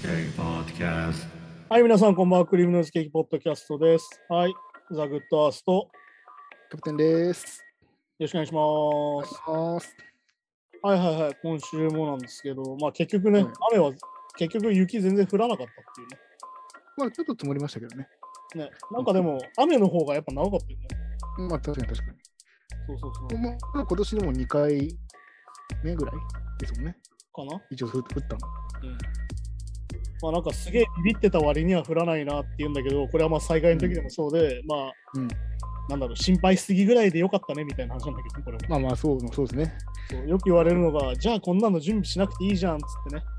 Cake Podcast. はい、皆さん、こんばんは。クリームノイズケーキポッドキャストです。はい、ザ・グッドアースト、 キャプテンです。 よろしくお願いします。はい、今週もなんですけど、まあ結局ね、雨は結局雪全然降らなかったっていうね。 まあちょっと積もりましたけどね。 ね、なんかでも、雨の方がやっぱ長かったよね。 まあ確かに。 そう。 まあ、今年でも2回目ぐらいですもんね。 かな？ 一応降ったの。 まあなんかすげえビビってた割には降らないなって言うんだけど、これはまあ災害の時でもそうで、まあ、なんだろう、心配しすぎぐらいでよかったねみたいな話なんだけど、これも。 まあそうですね。 そうよく言われるのが、じゃあこんなの準備しなくていいじゃんっつってね、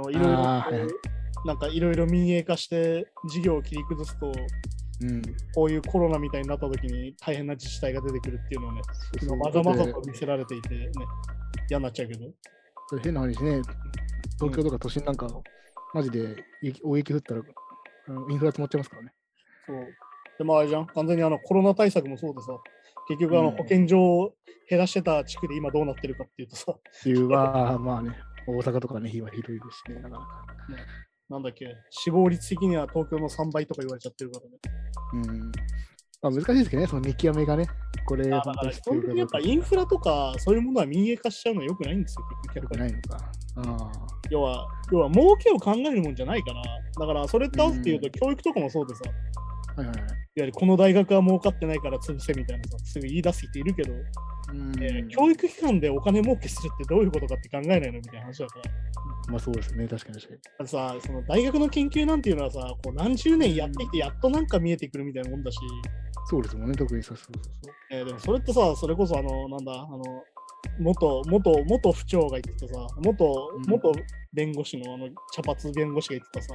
いろいろ民営化して事業を切り崩すと、こういうコロナみたいになった時に大変な自治体が出てくるっていうのをね、まざまざと見せられていてね、嫌になっちゃうけど。 変な話ね、東京とか都心なんか、マジで大雪降ったらインフラ積もっちゃいますからね。 そう。でもあれじゃん、完全にコロナ対策もそうでさ、結局保健所を減らしてた地区で今どうなってるかっていうとさ。 まあね、大阪とかね、日は広いですしね、なかなか。 なんだっけ、死亡率的には東京の3倍とか言われちゃってるからね。 まあ、難しいですけどね、その見極めがね。これ、 だから基本的にやっぱインフラとかそういうものは民営化しちゃうのは良くないんですよ、結局。 良くないのか。 要は儲けを考えるもんじゃないから、だからそれって合わせて言うと、教育とかもそうでさ、いわゆるこの大学は儲かってないから潰せみたいなさ、すぐ言い出す人いるけど、教育機関でお金儲けするってどういうことかって考えないのみたいな話だから。 まあそうですね、確かに。 さ、その大学の研究なんていうのはさ、こう何十年やってきてやっとなんか見えてくるみたいなもんだし。 そうですもんね、特にそう。 でもそれってさ、それこそ元府長が言ってたさ、元弁護士の茶髪弁護士が言ってたさ、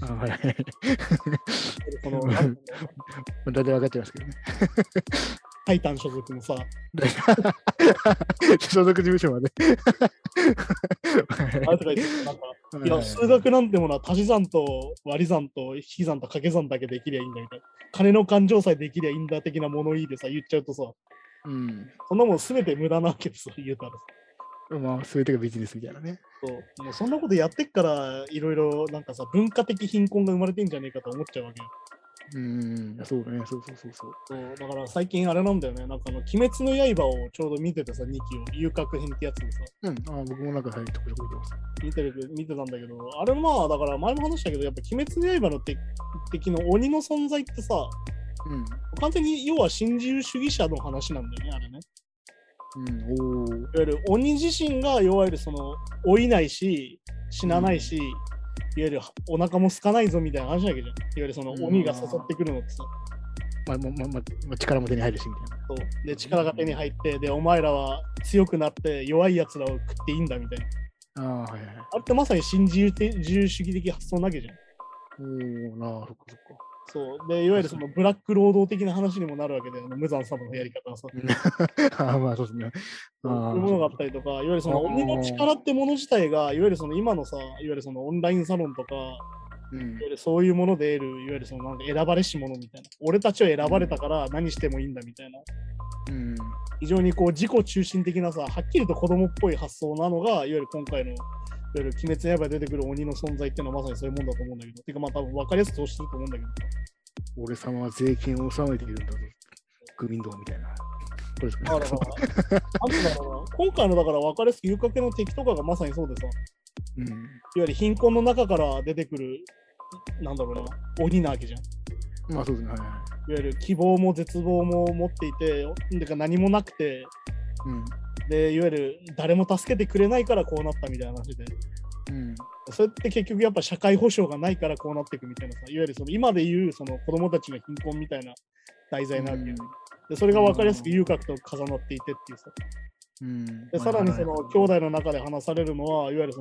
この大体分かっちゃいますけどね。 タイタン所属のさ、 所属事務所まで。 あれとか言ってなんか、いや、数学なんてものは足し算と割り算と引き算と掛け算だけできりゃいいんだみたいな。金の勘定さえできりゃいいんだ的な物言いでさ、言っちゃうとさ、そんなもん全て無駄なわけですよ、言うたらさ。 まあ、全てがビジネスみたいなね。 そう。もうそんなことやってっから、いろいろなんかさ、文化的貧困が生まれてんじゃねえかと思っちゃうわけよ。 そうね、そう。 だから最近あれなんだよね、なんか鬼滅の刃をちょうど見ててさ、2期を、遊郭編ってやつでさ。 僕もなんか、ちょこちょこ見てます。 見てたんだけど、あれもまあ、だから前も話したけど、やっぱ鬼滅の刃の敵の鬼の存在ってさ、完全に要は新自由主義者の話なんだよね、あれね。いわゆる鬼自身が、いわゆる老いないし、死なないし、いわゆるお腹も空かないぞみたいな話だけじゃん。いわゆる鬼が誘ってくるのってさ。 力も手に入るしみたいな。 そうで、力が手に入って、で、お前らは強くなって弱いやつらを食っていいんだみたいな。あれってまさに新自由主義的発想なわけじゃん。 そっか。 そうで、いわゆるブラック労働的な話にもなるわけで、無惨様のやり方はさ。 まあそうですね。 そういうものがあったりとか、いわゆる鬼の力ってもの自体が、いわゆる今のさ、いわゆるオンラインサロンとか、いわゆるそういうもので得る、いわゆるなんか選ばれし者みたいな。俺たちは選ばれたから何してもいいんだみたいな。非常に自己中心的なさ、はっきりと子供っぽい発想なのが、いわゆる今回の、いわゆる鬼滅の刃で出てくる鬼の存在っていうのはまさにそういうもんだと思うんだけど、てかまあ多分分かりやすくそうしてると思うんだけど。 俺様は税金を納めているんだぞ、国民党みたいな。これですかね。 今回のだから分かりやすく遊郭の敵とかがまさにそうでさ、いわゆる貧困の中から出てくる、なんだろうな、鬼なわけじゃん。 まあそうですね。いわゆる希望も絶望も持っていて、何もなくて、で、いわゆる誰も助けてくれないからこうなったみたいな話で。それって結局やっぱ社会保障がないからこうなっていくみたいなさ、いわゆる今で言う子供たちの貧困みたいな題材なわけよね。でそれが分かりやすく遊郭と重なっていてっていうさ。でさらに兄弟の中で話されるのは、いわゆる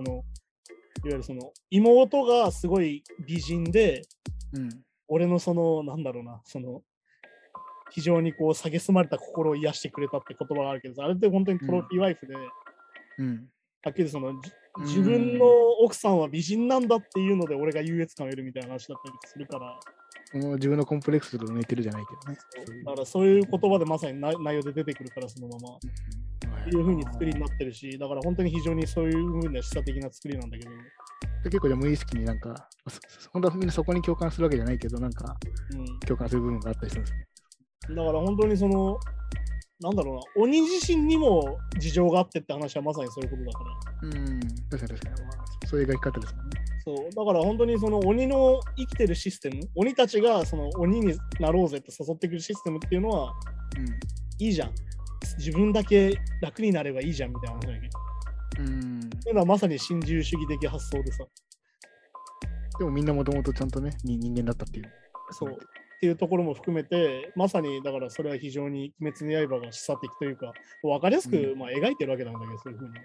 妹がすごい美人で、俺のなんだろうな、非常に蔑まれた心を癒してくれたって言葉があるけどさ、あれって本当にトロフィーワイフで、はっきり自分の奥さんは美人なんだっていうので俺が優越感を得るみたいな話だったりするから、 自分のコンプレックスと似てるじゃないけどね。 だからそういう言葉でまさに内容で出てくるから、そのまま。っていう風に作りになってるし、だから本当に非常にそういう風な示唆的な作りなんだけど、 で結構じゃあ無意識になんか、本当はみんなそこに共感するわけじゃないけど、なんか共感する部分があったりするんですね。 だから本当にその、なんだろうな、鬼自身にも事情があってって話はまさにそういうことだから。 確かに確かに。まあ、そういう描き方ですもんね。 そう、だから本当にその鬼の生きてるシステム、鬼たちがその鬼になろうぜって誘ってくるシステムっていうのは、いいじゃん。自分だけ楽になればいいじゃんみたいな話だけど。っていうのはまさに新自由主義的発想でさ。 でもみんなもともとちゃんとね、人間だったっていう。 そう。っていうところも含めて、まさにだからそれは非常に鬼滅の刃が示唆的というか、分かりやすくまあ描いてるわけなんだけど、そういうふうに。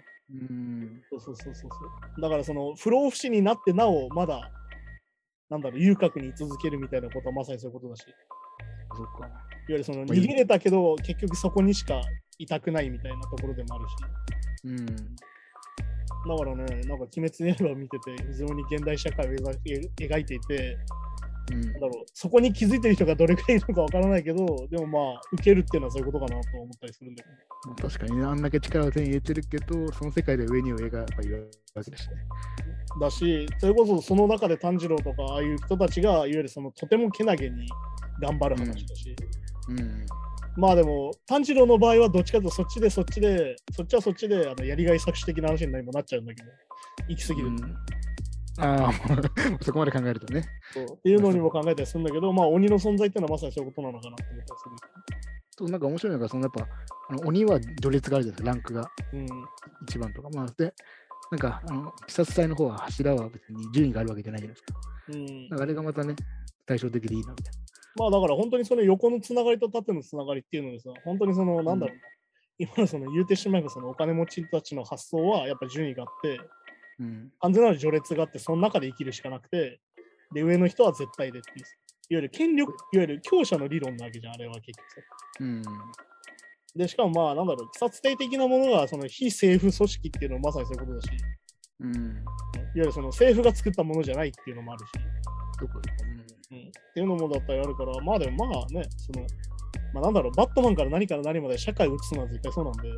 そう。だからその不老不死になってなおまだ、なんだろう、遊郭に居続けるみたいなことはまさにそういうことだし。 そうか。 いわゆるその逃げれたけど、結局そこにしかいたくないみたいなところでもあるし。だからね、なんか鬼滅の刃を見てて、非常に現代社会を描いていて、なんだろう、そこに気づいてる人がどれくらいいるのかわからないけど、でもまあ、受けるっていうのはそういうことかなと思ったりするんだよね。 確かにね、あんだけ力を手に入れてるけど、その世界で上に上がやっぱいるわけですね。 だし、それこそその中で炭治郎とか、ああいう人たちが、いわゆるそのとてもけなげに頑張る話だし。まあでも、炭治郎の場合はどっちかというとそっちはそっちでやりがい搾取的な話にもなっちゃうんだけど、行き過ぎる。 そこまで考えるとね。 そうっていうのにも考えたりするんだけど、まあ鬼の存在っていうのはまさにそういうことなのかなって思ったりする。 そうなんか面白いのが、そのやっぱ鬼は序列があるじゃないですか、ランクが。一番とか。まあ、で、なんか鬼殺隊の方は柱は別に順位があるわけじゃないじゃないですか。あれがまたね、対照的でいいなみたいな。 まあだから本当にその横のつながりと縦のつながりっていうのでさ、本当にそのなんだろうな、今のその言うてしまえばそのお金持ちたちの発想はやっぱ順位があって、完全なる序列があって、その中で生きるしかなくて、で、上の人は絶対でっていう。いわゆる権力、いわゆる強者の理論なわけじゃん、あれは結局さ。で、しかもまあなんだろう、鬼殺隊的なものがその非政府組織っていうのはまさにそういうことだし、いわゆるその政府が作ったものじゃないっていうのもあるし。っていうのもだったりあるから、まあでもまあね、その、まあなんだろう、バットマンから何から何まで社会を映すのは絶対そうなんで、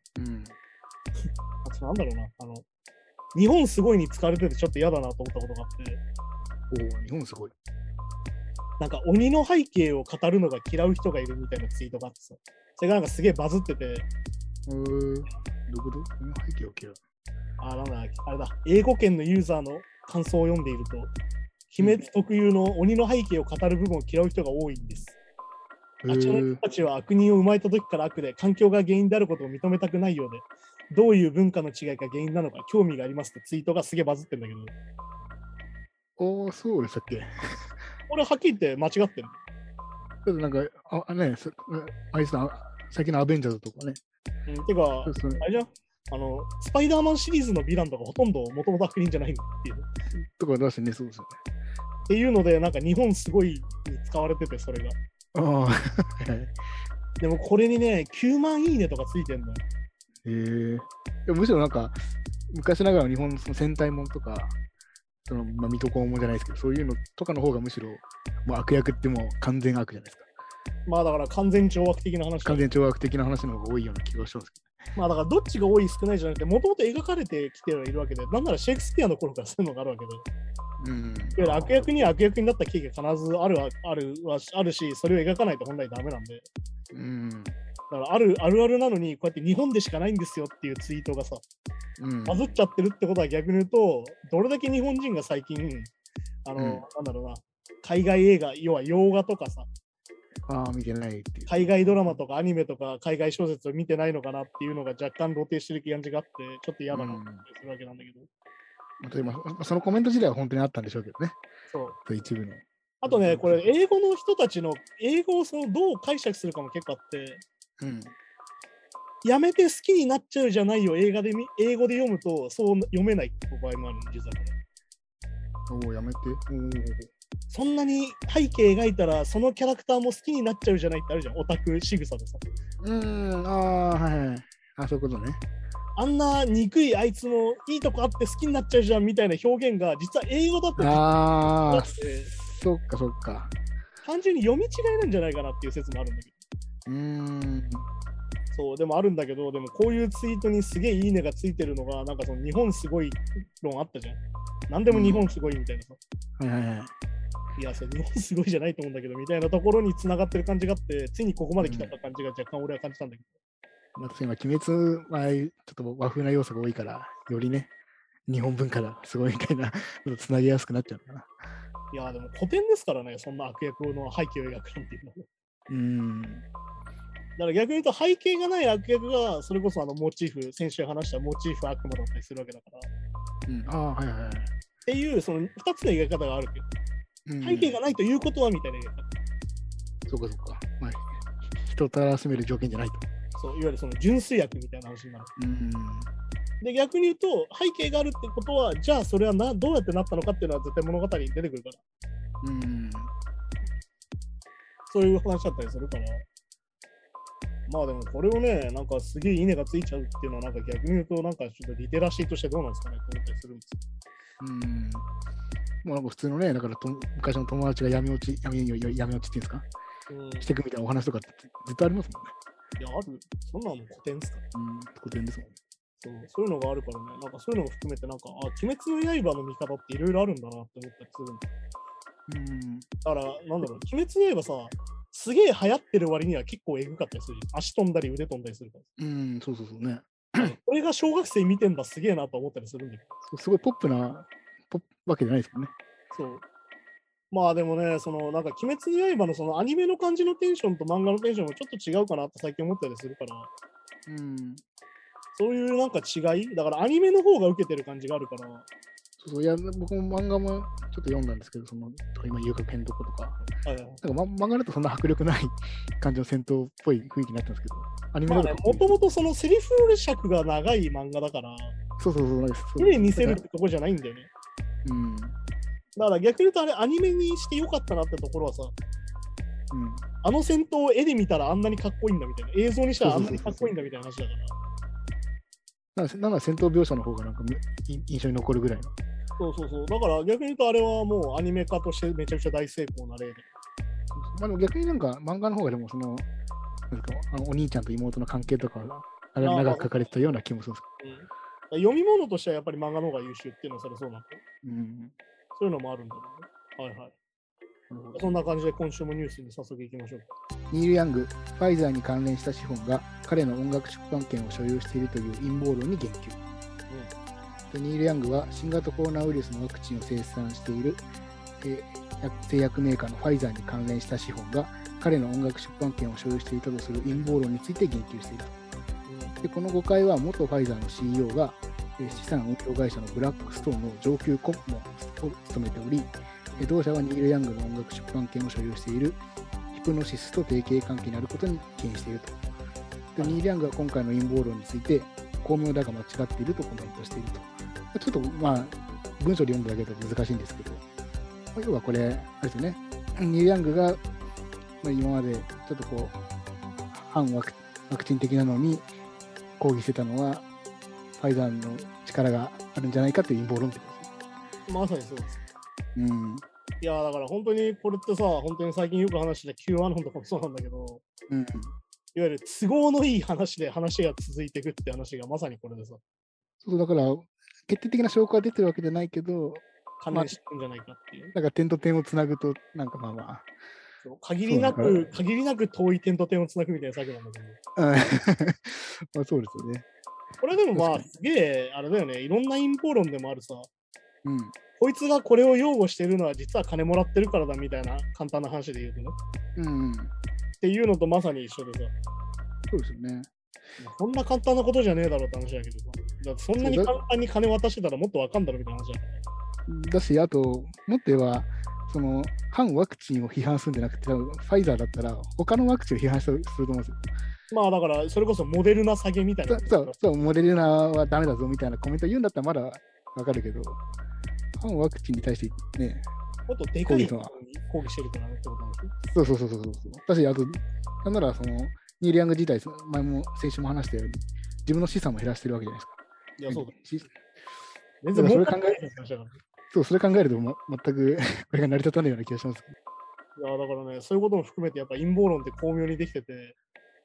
あとなんだろうな、日本すごいに使われててちょっと嫌だなと思ったことがあって。 日本すごい。 なんか鬼の背景を語るのが嫌う人がいるみたいなツイートがあってさ、それがなんかすげえバズってて。 どこ鬼の背景を嫌う？ なんだ、あれだ、英語圏のユーザーの感想を読んでいると、鬼滅特有の鬼の背景を語る部分を嫌う人が多いんです。あちらの人たちは悪人を生まれた時から悪で、環境が原因であることを認めたくないようで、どういう文化の違いが原因なのか興味がありますってツイートがすげえバズってんだけど。そうでしたっけ？ 俺はっきり言って間違ってる。 なんか、あいつの最近のアベンジャーズとかね。 てか、あれじゃん、スパイダーマンシリーズのヴィランとかほとんどもともと悪人じゃないっていう。 とか出してね、そうですよね。 っていうので、なんか日本すごいに使われてて、それが。でもこれにね、9万いいねとかついてんのよ。 むしろなんか、昔ながらの日本のその戦隊もんとか、水戸黄門じゃないですけど、そういうのとかの方がむしろ、もう悪役ってもう完全悪じゃないですか。 まあだから完全懲悪的な話。 完全懲悪的な話の方が多いような気がしますけど。 まあだからどっちが多い少ないじゃなくて、もともと描かれてきてはいるわけで、なんならシェイクスピアの頃からそういうのがあるわけで。いわゆる悪役には悪役になった経緯が必ずあるし、それを描かないと本来ダメなんで。だからあるあるなのに、こうやって日本でしかないんですよっていうツイートがさ、バズっちゃってるってことは逆に言うと、どれだけ日本人が最近、なんだろうな、海外映画、要は洋画とかさ、 見てないっていう。 海外ドラマとかアニメとか海外小説を見てないのかなっていうのが若干露呈してる感じがあって、ちょっと嫌だなってするわけなんだけど。 そのコメント自体は本当にあったんでしょうけどね。 そう。 一部の。 あとね、これ、英語の人たちの英語をどう解釈するかも結構あって、やめて好きになっちゃうじゃないよ、英語で読むとそう読めないって場合もあるん実はこれ。 やめて。 そんなに背景描いたら、そのキャラクターも好きになっちゃうじゃないってあるじゃん、オタク仕草でさ。 そういうことね。 あんな憎いあいつのいいとこあって好きになっちゃうじゃんみたいな表現が実は英語だとそっかそっか。 単純に読み違いなんじゃないかなっていう説もあるんだけど。 そう、でもあるんだけど、でもこういうツイートにすげえいいねがついてるのが、なんかその日本すごい論あったじゃん。なんでも日本すごいみたいなさ。 はいはいはい。 いや、それ日本すごいじゃないと思うんだけど、みたいなところに繋がってる感じがあって、ついにここまで来た感じが若干俺は感じたんだけど。 まあ、今、鬼滅はちょっと和風な要素が多いから、よりね、日本文化だ、すごいみたいな、つなげやすくなっちゃうかな。 いや、でも古典ですからね、そんな悪役の背景を描くなんていうのは。だから逆に言うと背景がない悪役がそれこそモチーフ、先週話したモチーフ悪魔だったりするわけだから。 はいはいはい。 っていうその2つの描き方があるけど、背景がないということはみたいな描き方。 そうかそうか。まあ、人たらしめる条件じゃないと。 そう、いわゆるその純粋悪みたいな話になる。で、逆に言うと背景があるってことは、じゃあそれはどうやってなったのかっていうのは絶対物語に出てくるから。そういう話だったりするから。まあでもこれをね、なんかすげえいいねがついちゃうっていうのは、なんか逆に言うと、なんかちょっとリテラシーとしてどうなんですかねと思ったりするんですまあなんか普通のね、だから昔の友達が闇落ちっていうんですか、していくみたいなお話とかってずっとありますもんね。 いや、ある。そんなの古典ですか古典ですもんね。 そういうのがあるからね、なんかそういうのも含めて、なんか、鬼滅の刃の見方っていろいろあるんだなって思ったりするんだ。だから、なんだろう、鬼滅の刃さ、すげえ流行ってる割には結構エグかったりする。足飛んだり腕飛んだりするから。 そうそうそうね。 これが小学生見てんだすげえなと思ったりするんだけど。すごいポップなわけじゃないですよね。 そう。まあでもね、そのなんか鬼滅の刃のそのアニメの感じのテンションと漫画のテンションもちょっと違うかなって最近思ったりするから。そういうなんか違いだからアニメの方が受けてる感じがあるから。 いや、僕も漫画もちょっと読んだんですけど、今、遊郭編とかとか。漫画だとそんな迫力ない感じの戦闘っぽい雰囲気になったんですけど、アニメだと。 もともとそのセリフ尺が長い漫画だから、綺麗に見せるってとこじゃないんだよね。だから逆に言うとあれアニメにしてよかったなってところはさ、あの戦闘を絵で見たらあんなにかっこいいんだみたいな、映像にしたらあんなにかっこいいんだみたいな話だから。 なんか戦闘描写の方がなんか印象に残るぐらいの。 そう。だから逆に言うとあれはもうアニメ化としてめちゃくちゃ大成功な例で。 でも逆になんか漫画の方がでもその、お兄ちゃんと妹の関係とかが長く書かれてたような気もするんですけど。読み物としてはやっぱり漫画の方が優秀っていうのはそれそうなんだ。そういうのもあるんだろうね。はいはい。そんな感じで今週もニュースに早速いきましょうか。 ニール・ヤング、ファイザーに関連した資本が彼の音楽出版権を所有しているという陰謀論に言及。ニール・ヤングは新型コロナウイルスのワクチンを生産している製薬メーカーのファイザーに関連した資本が彼の音楽出版権を所有していたとする陰謀論について言及している。でこの誤解は元ファイザーの CEO が資産運用会社のブラックストーンの上級顧問を務めており、同社はニール・ヤングの音楽出版権を所有しているヒプノシスと提携関係にあることに起因していると。でニール・ヤングは今回の陰謀論について巧妙だが間違っているとコメントしていると。ちょっとまあ文章で読んだだけだと難しいんですけど、要はこれあれですよね。ニール・ヤングが、今までちょっとこう反ワクチン的なのに抗議してたのはファイザーの力があるんじゃないかという陰謀論ってことです。 まさにそうです。いやだから本当にこれってさ、本当に最近よく話した Q アノンとかもそうなんだけど、いわゆる都合のいい話で話が続いていくって話がまさにこれでさ。 そうだから決定的な証拠が出てるわけじゃないけど、 関連してるんじゃないかっていう。 だから点と点をつなぐと、なんか限りなく遠い点と点をつなぐみたいな作業なんだけど。そうですよね。 これでもすげえ、あれだよね、いろんな陰謀論でもあるさ、こいつがこれを擁護してるのは実は金もらってるからだみたいな簡単な話で言うとね。っていうのとまさに一緒でさ。 そうですよね。 こんな簡単なことじゃねえだろうって話だけどさ。だってそんなに簡単に金渡してたらもっとわかんだろみたいな話だから。 だし、あと、もっと言えば、その反ワクチンを批判するんじゃなくて、ファイザーだったら、他のワクチンを批判すると思うんですよ。 まあだから、それこそモデルナ下げみたいな。 そう、モデルナはダメだぞみたいなコメント言うんだったらまだわかるけど、反ワクチンに対してね、 もっとでかいのに抗議してるからねってことなんですよ。 そう。私、あと、なんなら、ニール・ヤング自体、前も先週も話したように、自分の資産も減らしてるわけじゃないですか。 いや、そうだ。 全然それ考えると、全くこれが成り立たないような気がします。 いや、だからね、そういうことも含めて、やっぱ陰謀論って巧妙にできてて、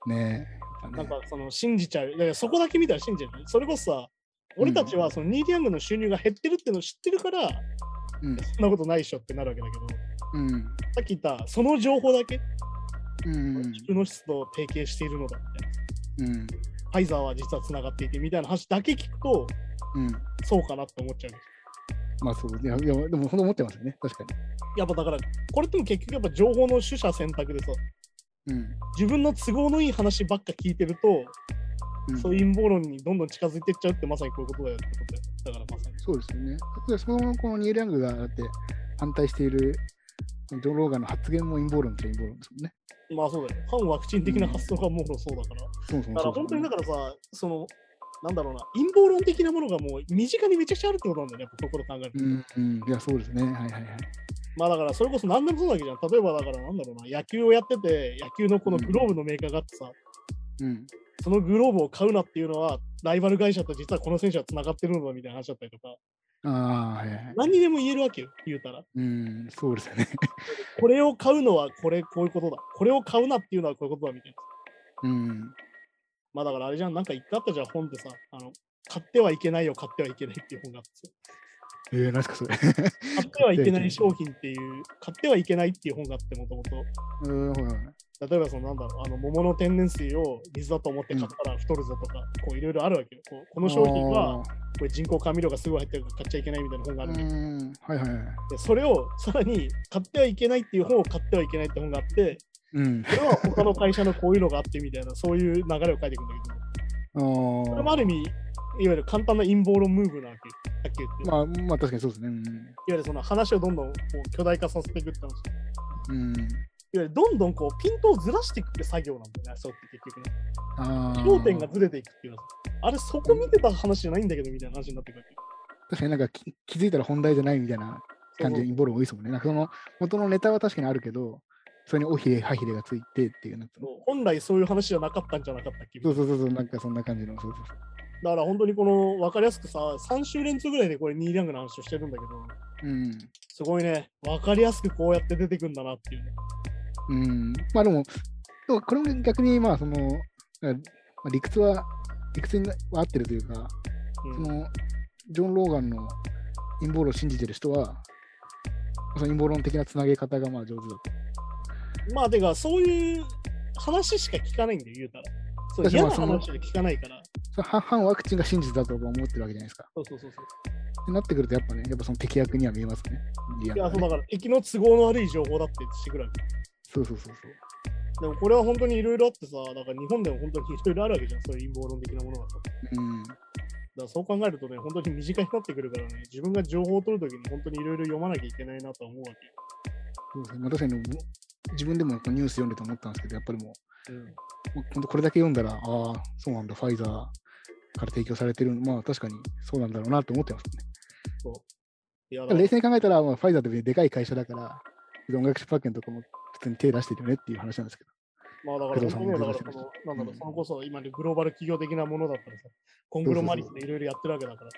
ねなんかその信じちゃう。だからそこだけ見たら信じちゃう。それこそさ、俺たちはそのニール・ヤングの収入が減ってるっていうのを知ってるから、そんなことないっしょってなるわけだけど、さっき言ったその情報だけ、ヒプノシスと提携しているのだみたいな。ファイザーは実はつながっていてみたいな話だけ聞くと、そうかなって思っちゃう。 まあそういやでも本当思ってますよね、確かに。 やっぱだから、これっても結局やっぱ情報の取捨選択でさ、自分の都合のいい話ばっか聞いてると、そういう陰謀論にどんどん近づいていっちゃうってまさにこういうことだよってことだからまさに。 そうですよね。このニール・ヤングがだって反対しているジョン・ローガンの発言も陰謀論っちゃ陰謀論ですもんね。 まあそうだよ。反ワクチン的な発想がもうそうだから。だから本当にだからさ、その、なんだろうな、陰謀論的なものがもう身近にめちゃくちゃあるってことなんだよね、やっぱここで考えると。 いや、そうですね。はいはいはい。 まあだからそれこそ何でもそうだけじゃん。例えばだからなんだろうな、野球をやってて、野球のこのグローブのメーカーがあってさ、そのグローブを買うなっていうのは、ライバル会社と実はこの選手はつながってるのだみたいな話だったりとか、何にでも言えるわけよ、言うたら。 そうですよね。 これを買うのはこういうことだ。これを買うなっていうのはこういうことだみたいな。まあだからあれじゃん、なんか一回あったじゃん、本ってさ、買ってはいけないよ、買ってはいけないっていう本があってさ。 何ですかそれ。 買ってはいけない商品っていう、買ってはいけないっていう本があって、もともと。例えばそのなんだろう、桃の天然水を水だと思って買ったら太るぞとか、こういろいろあるわけよ。この商品はこれ人工甘味料がすごい入ってるから買っちゃいけないみたいな本があるわけで、それをさらに買ってはいけないっていう本を買ってはいけないって本があって、それは他の会社のこういうのがあってみたいな、そういう流れを書いていくんだけど、それもある意味、いわゆる簡単な陰謀論ムーブなわけよ。さっき言って。 まあ確かにそうですね。いわゆるその話をどんどんこう巨大化させていくって話。いわゆるどんどんこうピントをずらしていくって作業なんだよね、そうって結局ね。焦点がずれていくっていうのは。あれ、そこ見てた話じゃないんだけどみたいな話になってくる。 確かになんか気づいたら本題じゃないみたいな感じで陰謀論多いですもんね。なんかその元のネタは確かにあるけど、それに尾ひれ歯ひれがついてっていう本来そういう話じゃなかったんじゃなかったっけ。 そう、なんかそんな感じの。 だから本当にこの分かりやすくさ、3週連続ぐらいでこれニール・ヤングの話をしてるんだけど、すごいね、分かりやすくこうやって出てくんだなっていうね。 まあでもこれも逆にまあその理屈には合ってるというか、そのジョン・ローガンの陰謀論を信じてる人は、その陰謀論的なつなげ方がまあ上手だと。 まあてかそういう話しか聞かないんだよ、言うたら。そう嫌な話で聞かないから。 反ワクチンが真実だと思ってるわけじゃないですか。 そう。 ってなってくるとやっぱね、その敵役には見えますね。 いや、そうだから敵の都合の悪い情報だってしてくるわけ。 そう。 でもこれは本当にいろいろあってさ、だから日本でも本当にいろいろあるわけじゃん、そういう陰謀論的なものがさ。だからそう考えるとね、本当に身近になってくるからね、自分が情報を取るときに本当にいろいろ読まなきゃいけないなと思うわけよ。 そうですね。確かに自分でもニュース読んでて思ったんですけど、やっぱりもう本当これだけ読んだら、そうなんだ、ファイザーから提供されてる、まあ確かにそうなんだろうなと思ってますね。 そういや冷静に考えたら、ファイザーってでかい会社だから、音楽出版権とかも普通に手出してるよねっていう話なんですけど。 まあだから本当にだからそのこそ今のグローバル企業的なものだったらさ、コングロマリスでいろいろやってるわけだから、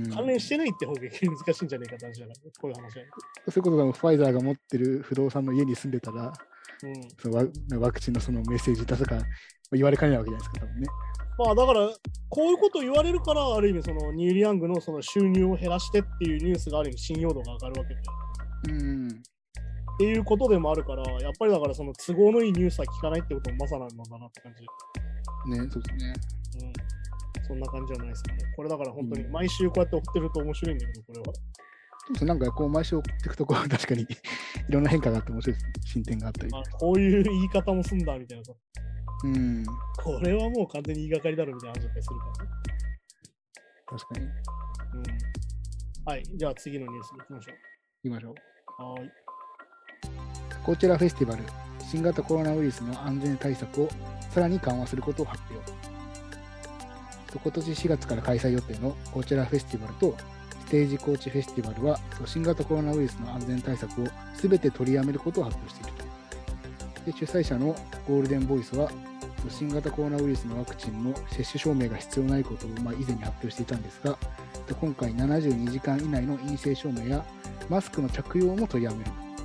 関連してないって方が難しいんじゃないかって話じゃない、こういう話は。 そういうことがファイザーが持ってる不動産の家に住んでたら、そのワクチンのそのメッセージだとか言われかねないわけじゃないですか、多分ね。 まあだからこういうことを言われるから、ある意味そのニール・ヤングのその収入を減らしてっていうニュースがある意味信用度が上がるわけで。っていうことでもあるから、やっぱりだからその都合のいいニュースは聞かないってこともまさなんだなって感じ。 ね、そうですね。 そんな感じじゃないですかね。これだから本当に毎週こうやって追ってると面白いんだけど、これは。 そうですね、なんかこう毎週追っていくとこは確かにいろんな変化があって面白いですね。進展があったり。 こういう言い方もすんだみたいなさ。これはもう完全に言いがかりだろみたいな話だったりするからね。 確かに。 はい、じゃあ次のニュースに行きましょう。 行きましょう。 はい。 コーチェラフェスティバル、新型コロナウイルスの安全対策をさらに緩和することを発表。今年4月から開催予定のコーチェラフェスティバルとステージコーチフェスティバルは、新型コロナウイルスの安全対策をすべて取りやめることを発表していると。で、主催者のゴールデンボイスは、新型コロナウイルスのワクチンの接種証明が必要ないことを以前に発表していたんですが、今回72時間以内の陰性証明やマスクの着用も取りやめる。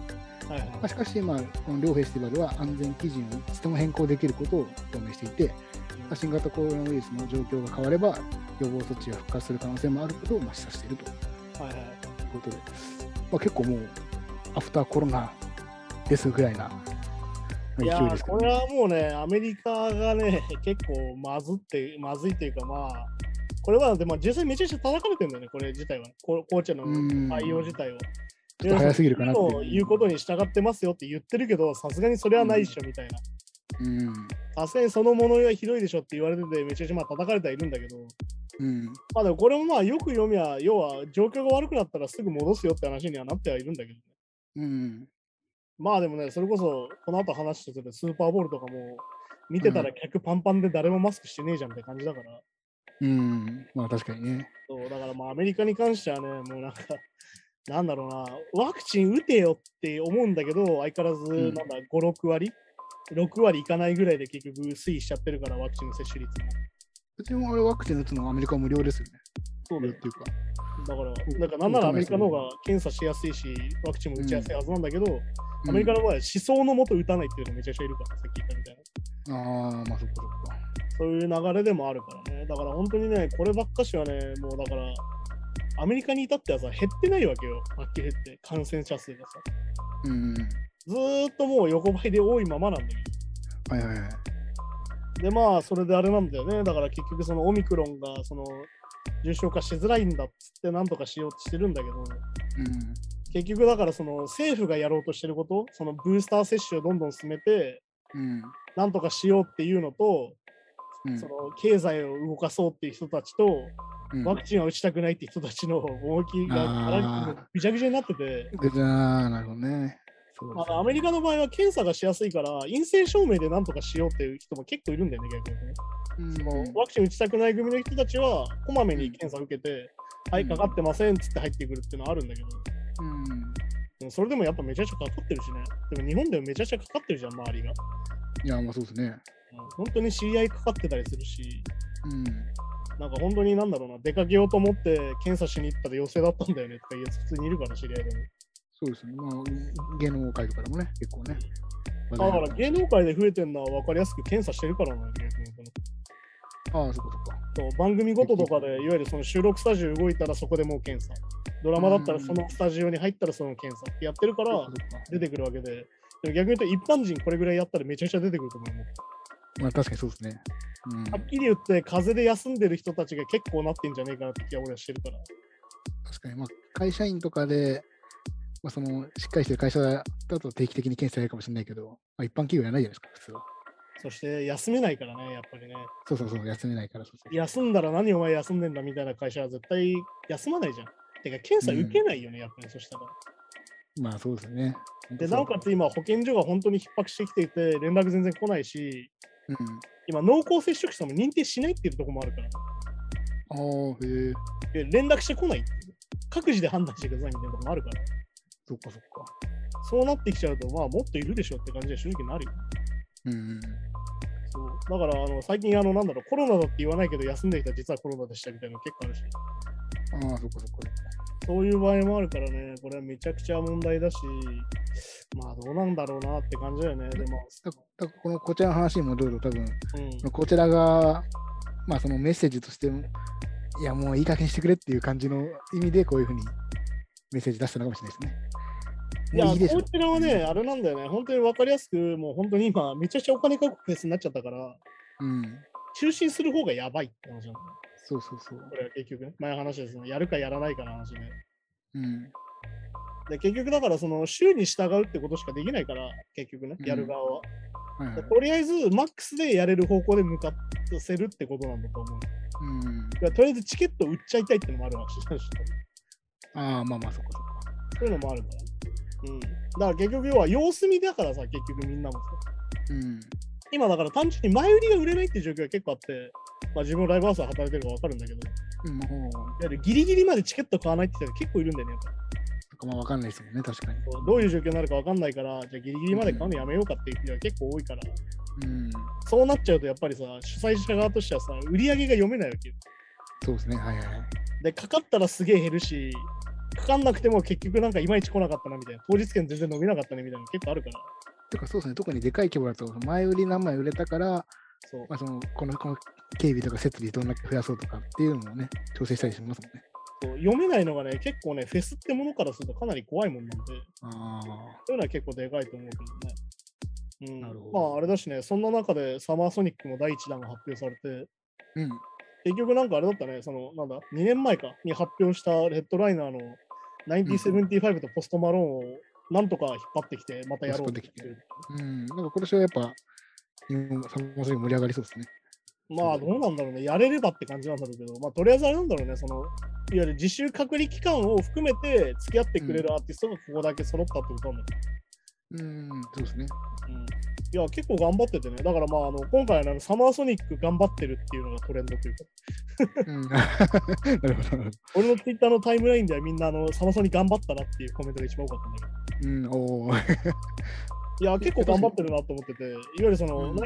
はいはい、 しかし、この両フェスティバルは安全基準をいつでも変更できることを表明していて、新型コロナウイルスの状況が変われば、予防措置が復活する可能性もあることを示唆しているということで、結構もう、アフターコロナですぐらいな勢いですけど、ね。いや、 これはもうね、アメリカがね、結構まずいというか、これはでも実際めちゃくちゃ叩かれてるんだよね、これ自体は。コーチの対応自体は。 ちょっと早すぎるかなって。 言うことに従ってますよって言ってるけど、さすがにそれはないっしょみたいな。さすがにその物がひどいでしょって言われてて、めちゃくちゃ叩かれてはいるんだけど、でもこれもよく読みは、要は状況が悪くなったらすぐ戻すよって話にはなってはいるんだけどね。でもね、それこそこの後話してるスーパーボールとかも見てたら客パンパンで誰もマスクしてねえじゃんって感じだから。 確かにね。 そうだからアメリカに関してはね、もうなんか、なんだろうな、ワクチン打てよって思うんだけど、相変わらず、5、6割 ?6 割いかないぐらいで結局推移しちゃってるから、ワクチンの接種率も。 別にワクチン打つのはアメリカは無料ですよね。 そうだよっていうか。だからなんならアメリカの方が検査しやすいし、ワクチンも打ちやすいはずなんだけど、アメリカの場合は思想のもと打たないっていうのめちゃくちゃいるから、さっき言ったみたいな。 そっか。 そういう流れでもあるからね。だから本当にね、こればっかしはね、もうだから、アメリカに至ってはさ、減ってないわけよ。はっきり言って、感染者数がさ。ずーっともう横ばいで多いままなんだけど。で、それであれなんだよね。だから結局そのオミクロンが重症化しづらいんだっつってなんとかしようとしてるんだけど、結局だからその政府がやろうとしてること、そのブースター接種をどんどん進めて、なんとかしようっていうのと、その経済を動かそうっていう人たちと、ワクチンは打ちたくないって人たちの動きがぐちゃぐちゃになってて。 なるほどね。 アメリカの場合は検査がしやすいから、陰性証明でなんとかしようっていう人も結構いるんだよね、逆にね。ワクチン打ちたくない組の人たちは、こまめに検査を受けて、はい、かかってませんっつって入ってくるっていうのはあるんだけど、でもそれでもやっぱめちゃくちゃかかってるしね。でも日本でもめちゃくちゃかかってるじゃん、周りが。 いや、そうですね。 本当に知り合いかかってたりするし、なんか本当になんだろうな、出かけようと思って検査しに行ったら陽性だったんだよねとかいうやつ普通にいるから、知り合いでも。 そうですね。芸能界とかでもね、結構ね。 だから芸能界で増えてるのは分かりやすく検査してるからなんだよね。 そっか。 そう番組ごととかで、いわゆるその収録スタジオ動いたらそこでもう検査。ドラマだったらそのスタジオに入ったらその検査ってやってるから出てくるわけで。でも逆に言うと一般人これぐらいやったらめちゃくちゃ出てくると思う。確かにそうですね。 はっきり言って風邪で休んでる人たちが結構なってんじゃねえかなって気は俺はしてるから。 確かに、会社員とかで、そのしっかりしてる会社だと定期的に検査やるかもしれないけど、一般企業やないじゃないですか、普通は。 そして休めないからね、やっぱりね。 そう、休めないから。 休んだら何お前休んでんだみたいな会社は絶対休まないじゃん。てか、検査受けないよね、やっぱりそしたら。 そうですね。 で、なおかつ今、保健所が本当に逼迫してきていて、連絡全然来ないし、今、濃厚接触者も認定しないっていうところもあるから。連絡してこないっていう。各自で判断してくださいみたいなところもあるから。 そっか。 そうなってきちゃうと、もっといるでしょって感じは正直なるよ。そうだから最近コロナだって言わないけど休んでいたら実はコロナでしたみたいなの結構あるし。 そっか。 そういう場合もあるからね、これはめちゃくちゃ問題だし、どうなんだろうなって感じだよね。でもこちらの話に戻ると多分、こちらが、そのメッセージとしても、いやもういい加減してくれっていう感じの意味でこういうふうにメッセージ出したのかもしれないですね。 いや、こちらはね、あれなんだよね、本当に分かりやすく、もう本当に今、めちゃくちゃお金かかるフェスになっちゃったから、中止する方がやばいって話なんだよ。 そう。 これは結局ね、前の話ですね、やるかやらないかの話ね。で結局だから、その州に従うってことしかできないから、結局ね、やる側は。とりあえず、マックスでやれる方向で向かわせるってことなんだと思う。とりあえずチケット売っちゃいたいってのもあるわけじゃん。 そっか。 そういうのもあるから。だから結局要は様子見だからさ、結局みんなもさ。今だから単純に前売りが売れないっていう状況が結構あって、自分ライブハウスで働いてるから分かるんだけど、いわゆるギリギリまでチケット買わないって人が結構いるんだよね。 分かんないですもんね、確かに。 どういう状況になるか分かんないから、じゃあギリギリまで買うのやめようかっていう人が結構多いから、そうなっちゃうとやっぱりさ、主催者側としてはさ、売り上げが読めないわけよ。 そうですね、 で、かかったらすげえ減るし、 かかんなくても結局なんかいまいち来なかったなみたいな、当日券全然伸びなかったねみたいなの結構あるから。 とかそうですね、特にでかい規模だと、前売り何枚売れたから、そうまあ、この警備とか設備どんだけ増やそうとかっていうのもね、調整したりしますもんね。 そう読めないのがね、結構ね、フェスってものからするとかなり怖いもんなんで、そういうのは結構でかいと思うけどね。なるほど。まああれだしね、そんな中でサマーソニックも第1弾が発表されて、結局なんかあれだったね、なんだ、2年前かに発表したヘッドライナーの1975とポストマローンをなんとか引っ張ってきて、またやろうって言ってる。 なんか今年はやっぱ、サマーソニック盛り上がりそうですね。 まあどうなんだろうね、やれればって感じなんだろうけど、まあとりあえずあれなんだろうね、いわゆる自主隔離期間を含めて付き合ってくれるアーティストがここだけ揃ったってことなんだそうですね。 いや、結構頑張っててね。だからまあ、今回はサマーソニック頑張ってるっていうのがトレンドというか。なるほど。俺のツイッターのタイムラインではみんなサマソニ頑張ったなっていうコメントが一番多かったんだけど。いや、結構頑張ってるなと思ってて、いわゆる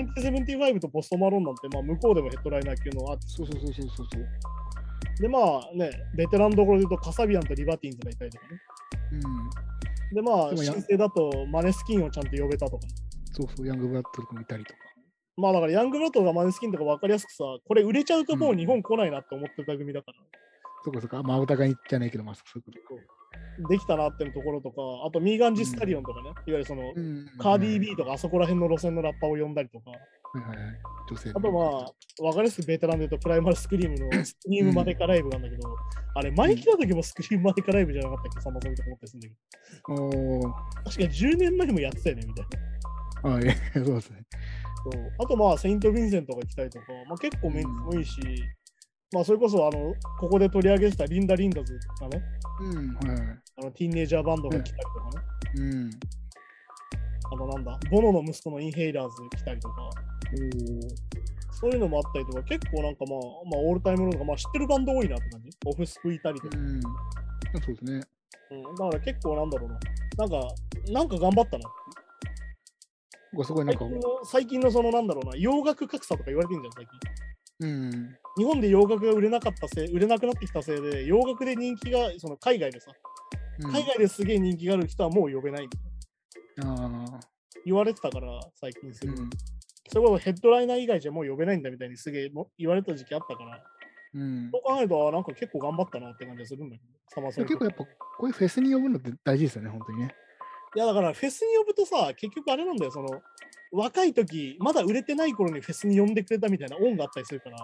1975とポストマロンなんて、まあ、向こうでもヘッドライナー級のアーティスト。そう。で、まあね、ベテランどころで言うとカサビアンとリバティーンズがいたりとかね。で、まあ、新生だとマネスキンをちゃんと呼べたとか、ね。 そう、ヤングブラッドとかもいたりとか。 まあだからヤングブラッドがマネスキンとか分かりやすくさ、これ売れちゃうともう日本来ないなって思ってた組だから。 そうか。まあお互いじゃないけど、まあそういうことか。できたなっていうところとか、あとミーガン・ジ・スタリオンとかね、いわゆるカーディー・ビーとかあそこら辺の路線のラッパーを呼んだりとか。女性あとまあ、分かりやすくベテランで言うとプライマルスクリームのスクリームマデカライブなんだけど、あれ前来た時もスクリームマデカライブじゃなかったっけ、サマソニとか思ったりするんだけど。確か10年前もやってたよね、みたいな。 そうですね。 あとまあ、セイント・ヴィンセントが来たりとか、まあ、結構メンツもいいし、まあ、それこそここで取り上げてたリンダ・リンダズがね、ティーンネイジャーバンドが来たりとかね、なんだ、ボノの息子のインヘイラーズ来たりとか、そういうのもあったりとか、結構なんかまあ、オールタイムロードが、まあ、知ってるバンド多いなって感じ。オフスクいたりとか。 そうですね。 だから結構なんだろうな。なんか頑張ったな。 すごいなんか最近のなんだろうな、洋楽格差とか言われてんじゃん、最近。日本で洋楽が売れなくなってきたせいで、洋楽で人気が、海外でさ、海外ですげえ人気がある人はもう呼べないみたいな。言われてたから、最近すぐ。それこそヘッドライナー以外じゃもう呼べないんだみたいにすげえ言われた時期あったから。そう考えると、なんか結構頑張ったなって感じがするんだけど、 結構やっぱこういうフェスに呼ぶのって大事ですよね、本当にね。 いやだからフェスに呼ぶとさ、結局あれなんだよ、若い時、まだ売れてない頃にフェスに呼んでくれたみたいな恩があったりするから。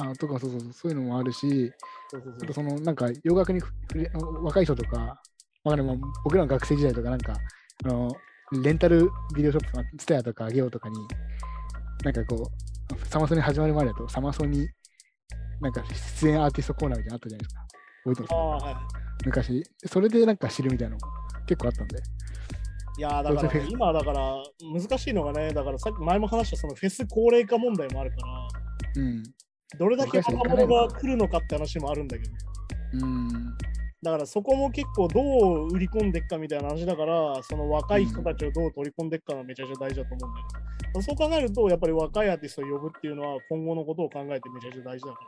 とかそういうのもあるし、あとなんか洋楽に若い人とか、僕らの学生時代とかなんか、レンタルビデオショップ、ツタヤとかゲオとかに、なんかこう、サマソニ始まる前だと、サマソニなんか出演アーティストコーナーみたいなのあったじゃないですか。覚えてますか？昔。それでなんか知るみたいなの結構あったんで。 いやだから今だから難しいのがね、だからさっき前も話したフェス高齢化問題もあるから、どれだけ若者が来るのかって話もあるんだけど、だからそこも結構どう売り込んでいくかみたいな話だから、若い人たちをどう取り込んでいくかがめちゃくちゃ大事だと思うんだけど、そう考えるとやっぱり若いアーティストを呼ぶっていうのは今後のことを考えてめちゃくちゃ大事だから。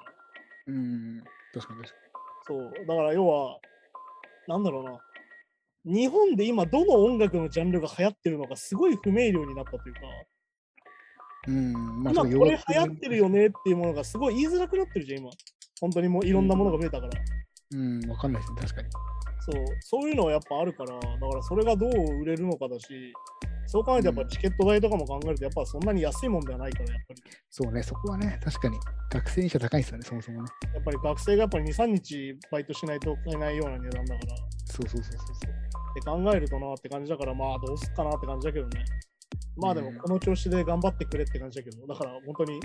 確かに。 そう、だから要は、なんだろうな。日本で今どの音楽のジャンルが流行ってるのかすごい不明瞭になったというか、今これ流行ってるよねっていうものがすごい言いづらくなってるじゃん、今。本当にもういろんなものが増えたから。 わかんないですね、確かに。 そういうのはやっぱあるから、だからそれがどう売れるのかだし、そう考えてやっぱチケット代とかも考えると、やっぱそんなに安いもんではないから、やっぱり。 そうね、そこはね、確かに。学生にしては高いですよね、そもそもね。 やっぱり学生がやっぱり2、3日バイトしないと買えないような値段だから。 そう。 って考えるとなって感じだから、まあどうすっかなって感じだけどね。まあでもこの調子で頑張ってくれって感じだけど、だから本当に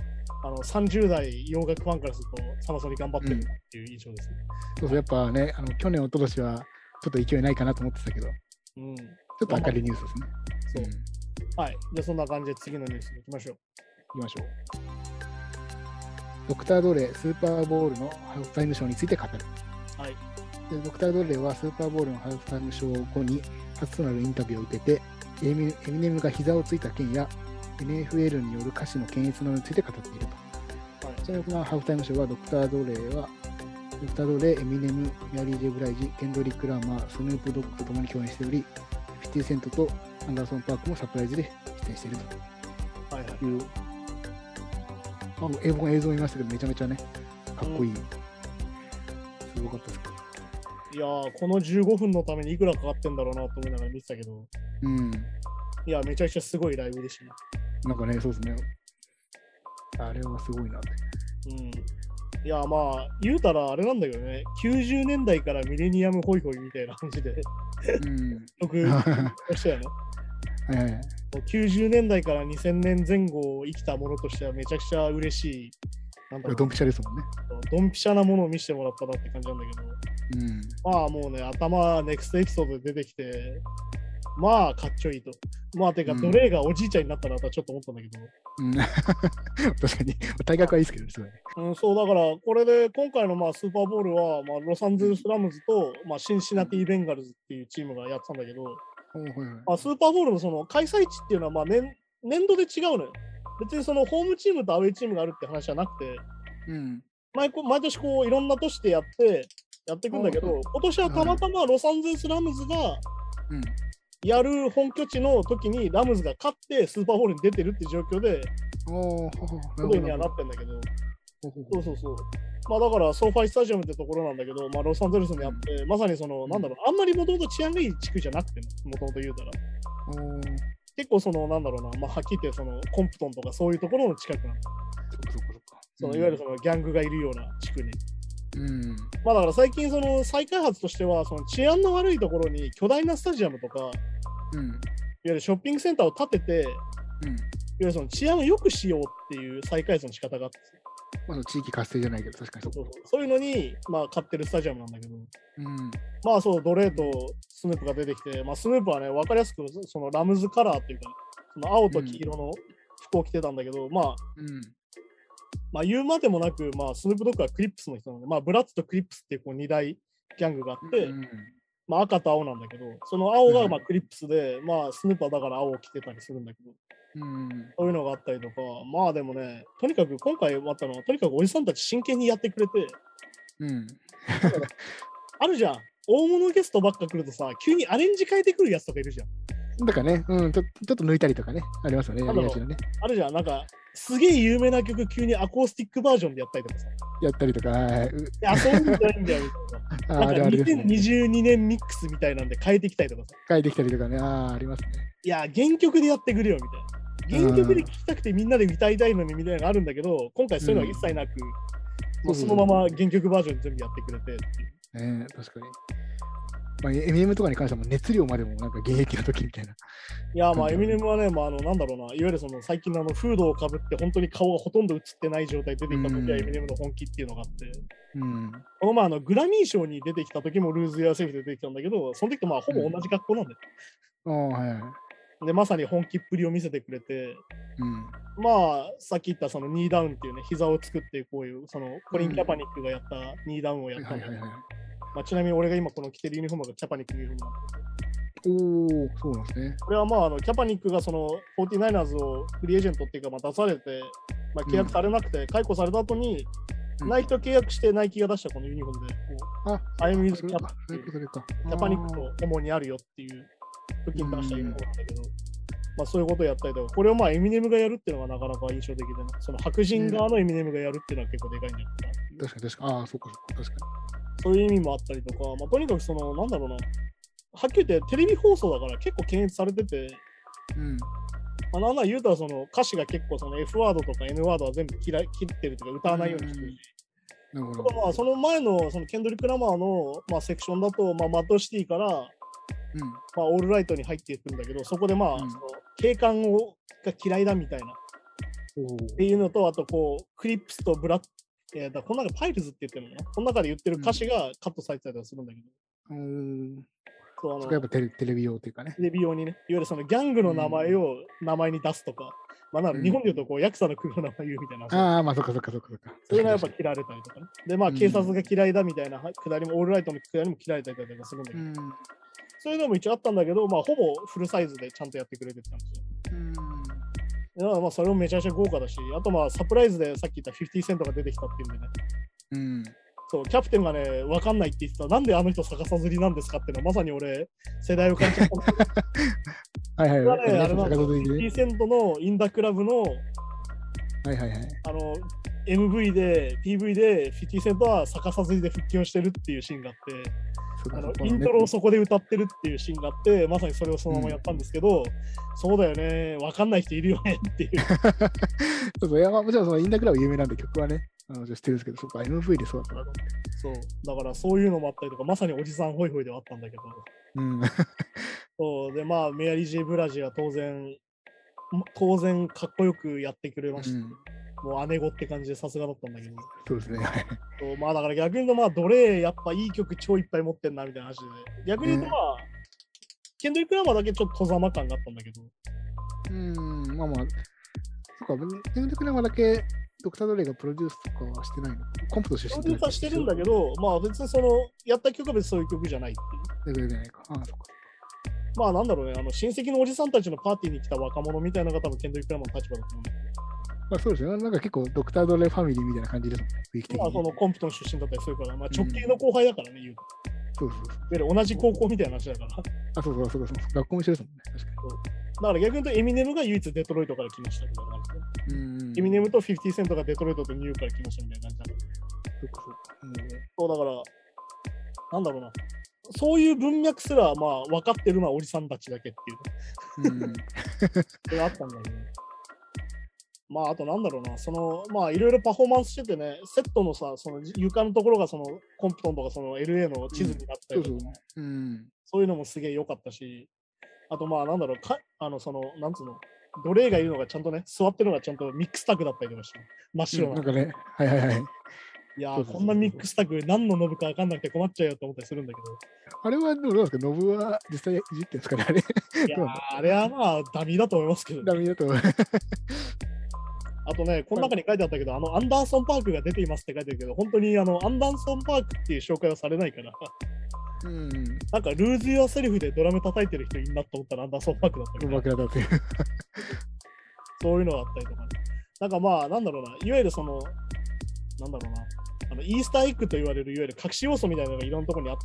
30代洋楽ファンからするとサマソニ頑張ってるっていう印象ですね。 やっぱね、去年、一昨年はちょっと勢いないかなと思ってたけど、ちょっと明るいニュースですね。 はい。じゃあそんな感じで次のニュースに行きましょう。 ドクター・ドレスーパーボールのハーフタイムショーについて語る。 はい。 でドクター・ドレはスーパーボールのハーフタイムショー後に初となるインタビューを受けて、エミネムが膝をついた件や NFL による歌詞の検閲などについて語っていると。ちなみにこのハーフタイムショーはドクター・ドレはドクター・ドレ、エミネム、メアリー・ジェブライジ、ケンドリック・ラーマー、スヌープ・ドッグと共に共演しており、50セントとアンダーソン・パークもサプライズで出演しているという、映像を見ましたけど、めちゃめちゃね、かっこいい。すごかったですか。 いやー、この15分のためにいくらかかってんだろうなと思いながら見てたけど、いや、めちゃくちゃすごいライブでしたね。 なんかね、そうですね。あれはすごいなって。 いや、まあ、言うたらあれなんだけどね、90年代からミレニアムホイホイみたいな感じで、曲としてはね、90年代から2000年前後を生きたものとしてはめちゃくちゃ嬉しい。 ドンピシャですもんね。 ドンピシャなものを見せてもらったなって感じなんだけど、まあもうね、頭、ネクストエピソードで出てきて、まあかっちょいいと。まあてか、ドレイがおじいちゃんになったなとはちょっと思ったんだけど。 確かに、体格はいいですけどね、すごいね。 そうだから、これで今回のまあスーパーボールは、まあ、ロサンゼルスラムズと、まあ、シンシナティ・ベンガルズっていうチームがやってたんだけど、まあ、スーパーボールのその開催地っていうのはまあ年度で違うのよ。別にそのホームチームとアウェイチームがあるって話じゃなくて、毎年こういろんな都市でやっていくんだけど、今年はたまたまロサンゼルスラムズがやる本拠地の時にラムズが勝ってスーパーボールに出てるって状況で、ことにはなってんだけど、まあだからソーファイスタジアムってところなんだけど、まあロサンゼルスにあって、まさにその、なんだろう、あんまりもともと治安がいい地区じゃなくて、もともと言うたら。結構その、なんだろうな、まあはっきり言ってそのコンプトンとかそういうところの近くなんだ。そのいわゆるそのギャングがいるような地区に。まあだから最近その再開発としては、その治安の悪いところに巨大なスタジアムとか、いわゆるショッピングセンターを建てて、いわゆるその治安を良くしようっていう再開発の仕方があって、 地域活性じゃないけど、確かにそういうのに、まあ、買ってるスタジアムなんだけど、まあそう、ドレーとスヌープが出てきて、まあ、スヌープはね、分かりやすくそのラムズカラーっていうか、その青と黄色の服を着てたんだけど、まあ、まあ言うまでもなく、まあ、スヌープドッグはクリップスの人なので、まあ、ブラッツとクリップスっていうこう2大ギャングがあって、まあ、赤と青なんだけど、その青がまあクリップスで、まあ、スヌープはだから青を着てたりするんだけど、そういうのがあったりとか、まあでもね、とにかく今回あったのは、とにかくおじさんたち真剣にやってくれて、あるじゃん、大物ゲストばっか来るとさ、急にアレンジ変えてくるやつとかいるじゃん。 だからね、ちょっと抜いたりとかね、ありますよね、 あるじゃん、なんか、すげえ有名な曲、急にアコースティックバージョンでやったりとかさ。 やったりとか、 そういうんじゃないんだよ、みたいな。なんか2022年ミックスみたいなんで変えてきたりとかさ。 変えてきたりとかね、ありますね。 いや、原曲でやってくれよ、みたいな。原曲で聴きたくてみんなで歌いたいのにみたいなのがあるんだけど、今回そういうのは一切なく、もうそのまま原曲バージョン全部やってくれてっていう。 確かに。まあ、エミネムとかに関しては熱量までもなんか現役の時みたいな。いや、まあエミネムはね、まあ、なんだろうな、いわゆるその最近のフードをかぶって本当に顔がほとんど映ってない状態で出てきた時はエミネムの本気っていうのがあって、この前グラミー賞に出てきた時もルーズ・ヤー・セーフで出てきたんだけど、その時とまあほぼ同じ格好なんだよ。でまさに本気っぷりを見せてくれて、まあさっき言ったそのニーダウンっていうね、膝を作ってこういうそのコリン・キャパニックがやったニーダウンをやったんだけど、まあ、ちなみに俺が今この着てるユニフォームがキャパニックのユニフォームなんです。 そうなんですね。 これはまあキャパニックがその 49ers をフリーエージェントっていうかまあ出されて、まあ、契約されなくて解雇された後に、ナイキと契約してナイキが出したこのユニフォームで、アイム・ウィズ・キャパっていうキャパニックと主にあるよっていう時に出したユニフォームなんだけど、まあそういうことをやったりとか、これをまあエミネムがやるっていうのがなかなか印象的で、その白人側のエミネムがやるっていうのは結構でかいんじゃないかな。 確かに。そうか、確かに。 そういう意味もあったりとか、まあ、とにかくその、なんだろうな、はっきり言ってテレビ放送だから結構検閲されてて、まあ、なんなら言うたらその歌詞が結構その F ワードとか N ワードは全部切ってるとか歌わないようにしてるし、まあその前のそのケンドリック・ラマーの、まあ、セクションだと、まあ、マッドシティから、まあ、オールライトに入っていくんだけど、そこでまあ、その警官が嫌いだみたいなっていうのと、あとこうクリップスとブラッだこの中パイルズって言ってるのかな、この中で言ってる歌詞がカットされてたりとかするんだけど、 そこやっぱテレビ用というかね。 テレビ用にね、いわゆるそのギャングの名前を名前に出すとか、まあなんか日本で言うとこうヤクザの国の名前言うみたいな。 まあそっか。 そういうのはやっぱ切られたりとかね。で、まあ警察が嫌いだみたいなくだりも、オールライトのくだりも切られたりとかするんだけど、そういうのも一応あったんだけど、まあほぼフルサイズでちゃんとやってくれてたんですよ。まあそれもめちゃくちゃ豪華だし、あとまあサプライズでさっき言った50セントが出てきたっていうんでね。 そう、キャプテンがね、分かんないって言ってた。なんであの人逆さずりなんですかっていうのは、まさに俺、世代を感じた。 はいはいはい。 あれなんだ、50セントのインダクラブの、 はいはいはい。 MV で、PV で、50セントは逆さずりで復帰をしてるっていうシーンがあって、イントロをそこで歌ってるっていうシーンがあって、まさにそれをそのままやったんですけど、そうだよね、分かんない人いるよねっていう。 そうそう、いや、もちろんそのインダクラブ有名なんで曲はね、知ってるんですけど、そこ MV でそうだったなと思って。 そう、だからそういうのもあったりとか、まさにおじさんホイホイではあったんだけど、そうで、まあ、メアリー・ジェイ・ブラジは当然かっこよくやってくれました。もう姉子って感じでさすがだったんだけど。 そうですね。 そうまあだから逆に言うと、まあどれやっぱいい曲超いっぱい持ってんなみたいな話で。逆に言うとまあ、ケンドリック・ラマーだけちょっと戸ざま感があったんだけど。 まあまあ、そっか、ケンドリック・ラマーだけドクター・ドレイがプロデュースとかはしてないの？コンプとしてプロデュースはしてるんだけど、まあ別にその、やった曲は別にそういう曲じゃないっていう。 じゃないか。そっか。 まあなんだろうね、親戚のおじさんたちのパーティーに来た若者みたいなのが多分ケンドリック・ラマーの立場だと思うんだけど。 まあそうですよね。なんか結構ドクター・ドレイファミリーみたいな感じですもんね。 まあそのコンプトン出身だったりするから、まあ直系の後輩だからね、言うと。 そうそうそう。 いわゆる同じ高校みたいな話だから。 そうそう。学校も一緒ですもんね。確かに。 だから逆に言うとエミネムが唯一デトロイトから来ましたみたいな感じで。エミネムと50セントがデトロイトとニューヨークから来ましたみたいな感じだ。そうだから、なんだろうな。そういう文脈すらまあ分かってるのはおじさんたちだけっていう。それあったんだけど。まああとなんだろうな。まあいろいろパフォーマンスしててね、セットのさ、その床のところがそのコンプトンとかその LA の地図になったりとか、そういうのもすげえ良かったし、あとまあなんだろう、なんつうの、奴隷がいるのがちゃんとね、座ってるのがちゃんとミックスタグだったりとかして、真っ白な。 なんかね、はい。 いやー、こんなミックスタグ何のノブか分かんなくて困っちゃうよと思ったりするんだけど。 あれはどうですか？ノブは実際いじってんですかね、あれ。 いやー、あれはまあダミーだと思いますけど。 ダミーだと思います。 あとね、この中に書いてあったけど、アンダーソンパークが出ていますって書いてあるけど、本当にアンダーソンパークっていう紹介はされないから。なんか、ルーズ・ユア・セルフでドラム叩いてる人いんなと思ったらアンダーソンパークだったけど。そういうのがあったりとかね。なんかまあ、なんだろうな、いわゆるその、なんだろうな、イースターエッグと言われる、いわゆる隠し要素みたいなのがいろんなところにあって、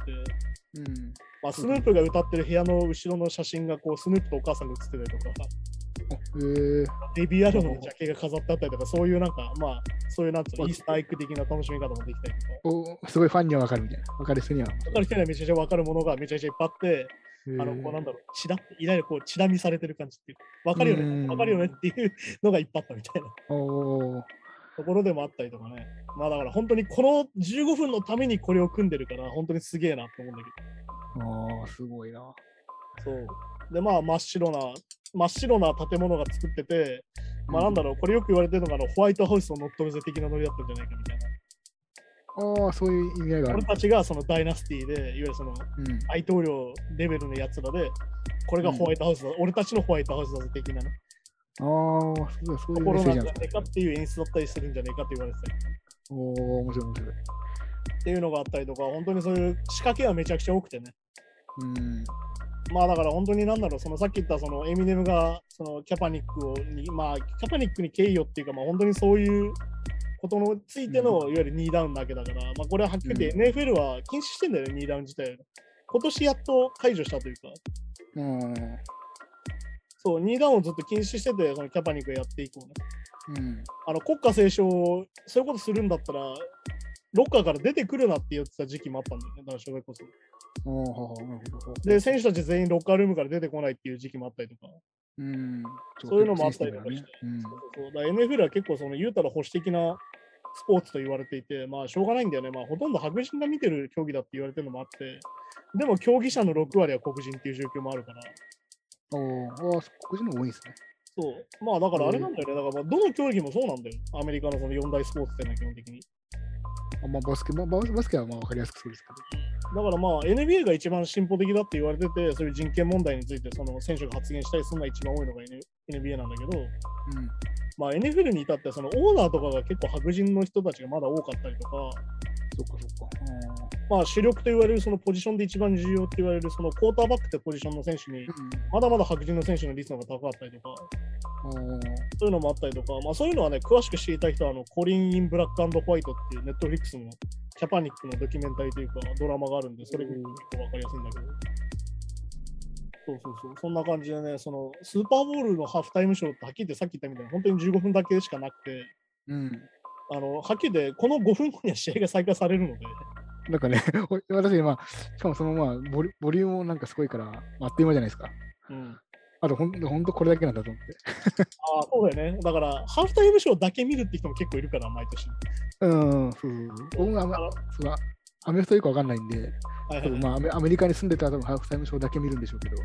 まあ、スヌープが歌ってる部屋の後ろの写真がこう、スヌープとお母さんが写ってたりとか、デビューアルバムのジャケが飾ってあったりとか、そういうなんか、まあ、そういうなんつうの、イースターエッグ的な楽しみ方もできたりとか。すごいファンには分かるみたいな。分かる人には。 分かる人にはめちゃくちゃ分かるものがめちゃくちゃいっぱいあって、こうなんだろう、いわゆるこう、血だみされてる感じっていうか、分かるよね、分かるよねっていうのがいっぱいあったみたいなところでもあったりとかね。まあだから本当にこの15分のためにこれを組んでるから、本当にすげえなって思うんだけど。すごいな。 そう。で、まあ真っ白な建物が作ってて、まあなんだろう、これよく言われてるのがホワイトハウスを乗っ取るぜ的なノリだったんじゃないかみたいな。 そういう意味合いがある。 俺たちがそのダイナスティで、いわゆるその大統領レベルのやつらで、これがホワイトハウスだ、俺たちのホワイトハウスだぜ的なね。 そういうところなんじゃないかっていう演出だったりするんじゃないかって言われてた。 面白い。 っていうのがあったりとか、本当にそういう仕掛けはめちゃくちゃ多くてね。まあだから本当になんだろう、そのさっき言ったそのエミネムがそのキャパニックに敬意をっていうか、まあ本当にそういうことについてのいわゆる2ダウンだけだから、まあこれははっきり言って NFL は禁止してんだよね、2ダウン自体。今年やっと解除したというか。そう、2ダウンをずっと禁止してて、そのキャパニックをやっていこうね。国歌斉唱、そういうことするんだったら、ロッカーから出てくるなって言ってた時期もあったんだよね、だからそれこそ。で、選手たち全員ロッカールームから出てこないっていう時期もあったりとか、そういうのもあったりとかして、だから NFL は結構その言うたら保守的なスポーツと言われていて、まあしょうがないんだよね。まあほとんど白人が見てる競技だって言われてるのもあって、でも競技者の6割は黒人っていう状況もあるから。 黒人の多いですね。 そう。まあだからあれなんだよね。だからどの競技もそうなんだよ。アメリカのその4大スポーツっていうのは基本的に。 バスケはまあ分かりやすくそうですけど。だからまあ NBA が一番進歩的だって言われてて、そういう人権問題についてその選手が発言したりするのが一番多いのが NBA なんだけど、まあ NFL に至ってはそのオーナーとかが結構白人の人たちがまだ多かったりとか、まあ主力と言われるそのポジションで一番重要って言われるそのクォーターバックってポジションの選手にまだまだ白人の選手の率の方が高かったりとか、そういうのもあったりとか、まあそういうのはね、詳しく知りたい人はコリン・イン・ブラック&ホワイトっていうネットフリックスのキャパニックのドキュメンタリーというかドラマがあるんで、それ結構わかりやすいんだけど。そう、そんな感じでね、そのスーパーボールのハーフタイムショーってはっきり言ってさっき言ったみたいに本当に15分だけしかなくて、はっきり言ってこの5分後には試合が再開されるので。 なんかね、私今、しかもそのボリュームもなんかすごいから、あっという間じゃないですか。あとほんとこれだけなんだと思って。 ああ、そうだよね。だから、ハーフタイムショーだけ見るって人も結構いるから、毎年。 僕がアメフトよくわかんないんで、アメリカに住んでたら多分ハーフタイムショーだけ見るんでしょうけど。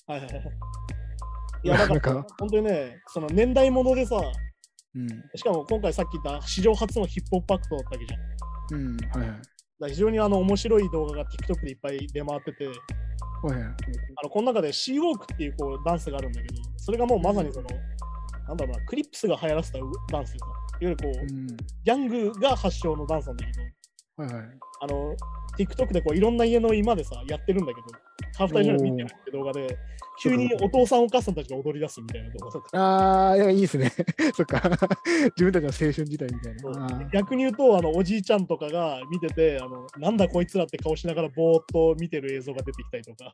いや、だから、本当にね、その年代物でさ、しかも今回さっき言った史上初のヒップホップアクトだったわけじゃん。非常に面白い動画が TikTok でいっぱい出回ってて、この中でシーウォークっていうダンスがあるんだけど、それがもうまさにその、なんだろうな、クリップスが流行らせたダンスでさ、いわゆるギャングが発祥のダンスなんだけど、TikTok でいろんな家の居間でさ、やってるんだけど、ハーフタイム見てるって動画で、急にお父さんお母さんたちが踊り出すみたいな動画とか。 いや、いいですね。そっか。自分たちの青春時代みたいな。 逆に言うと、おじいちゃんとかが見てて、なんだこいつらって顔しながらぼーっと見てる映像が出てきたりとか。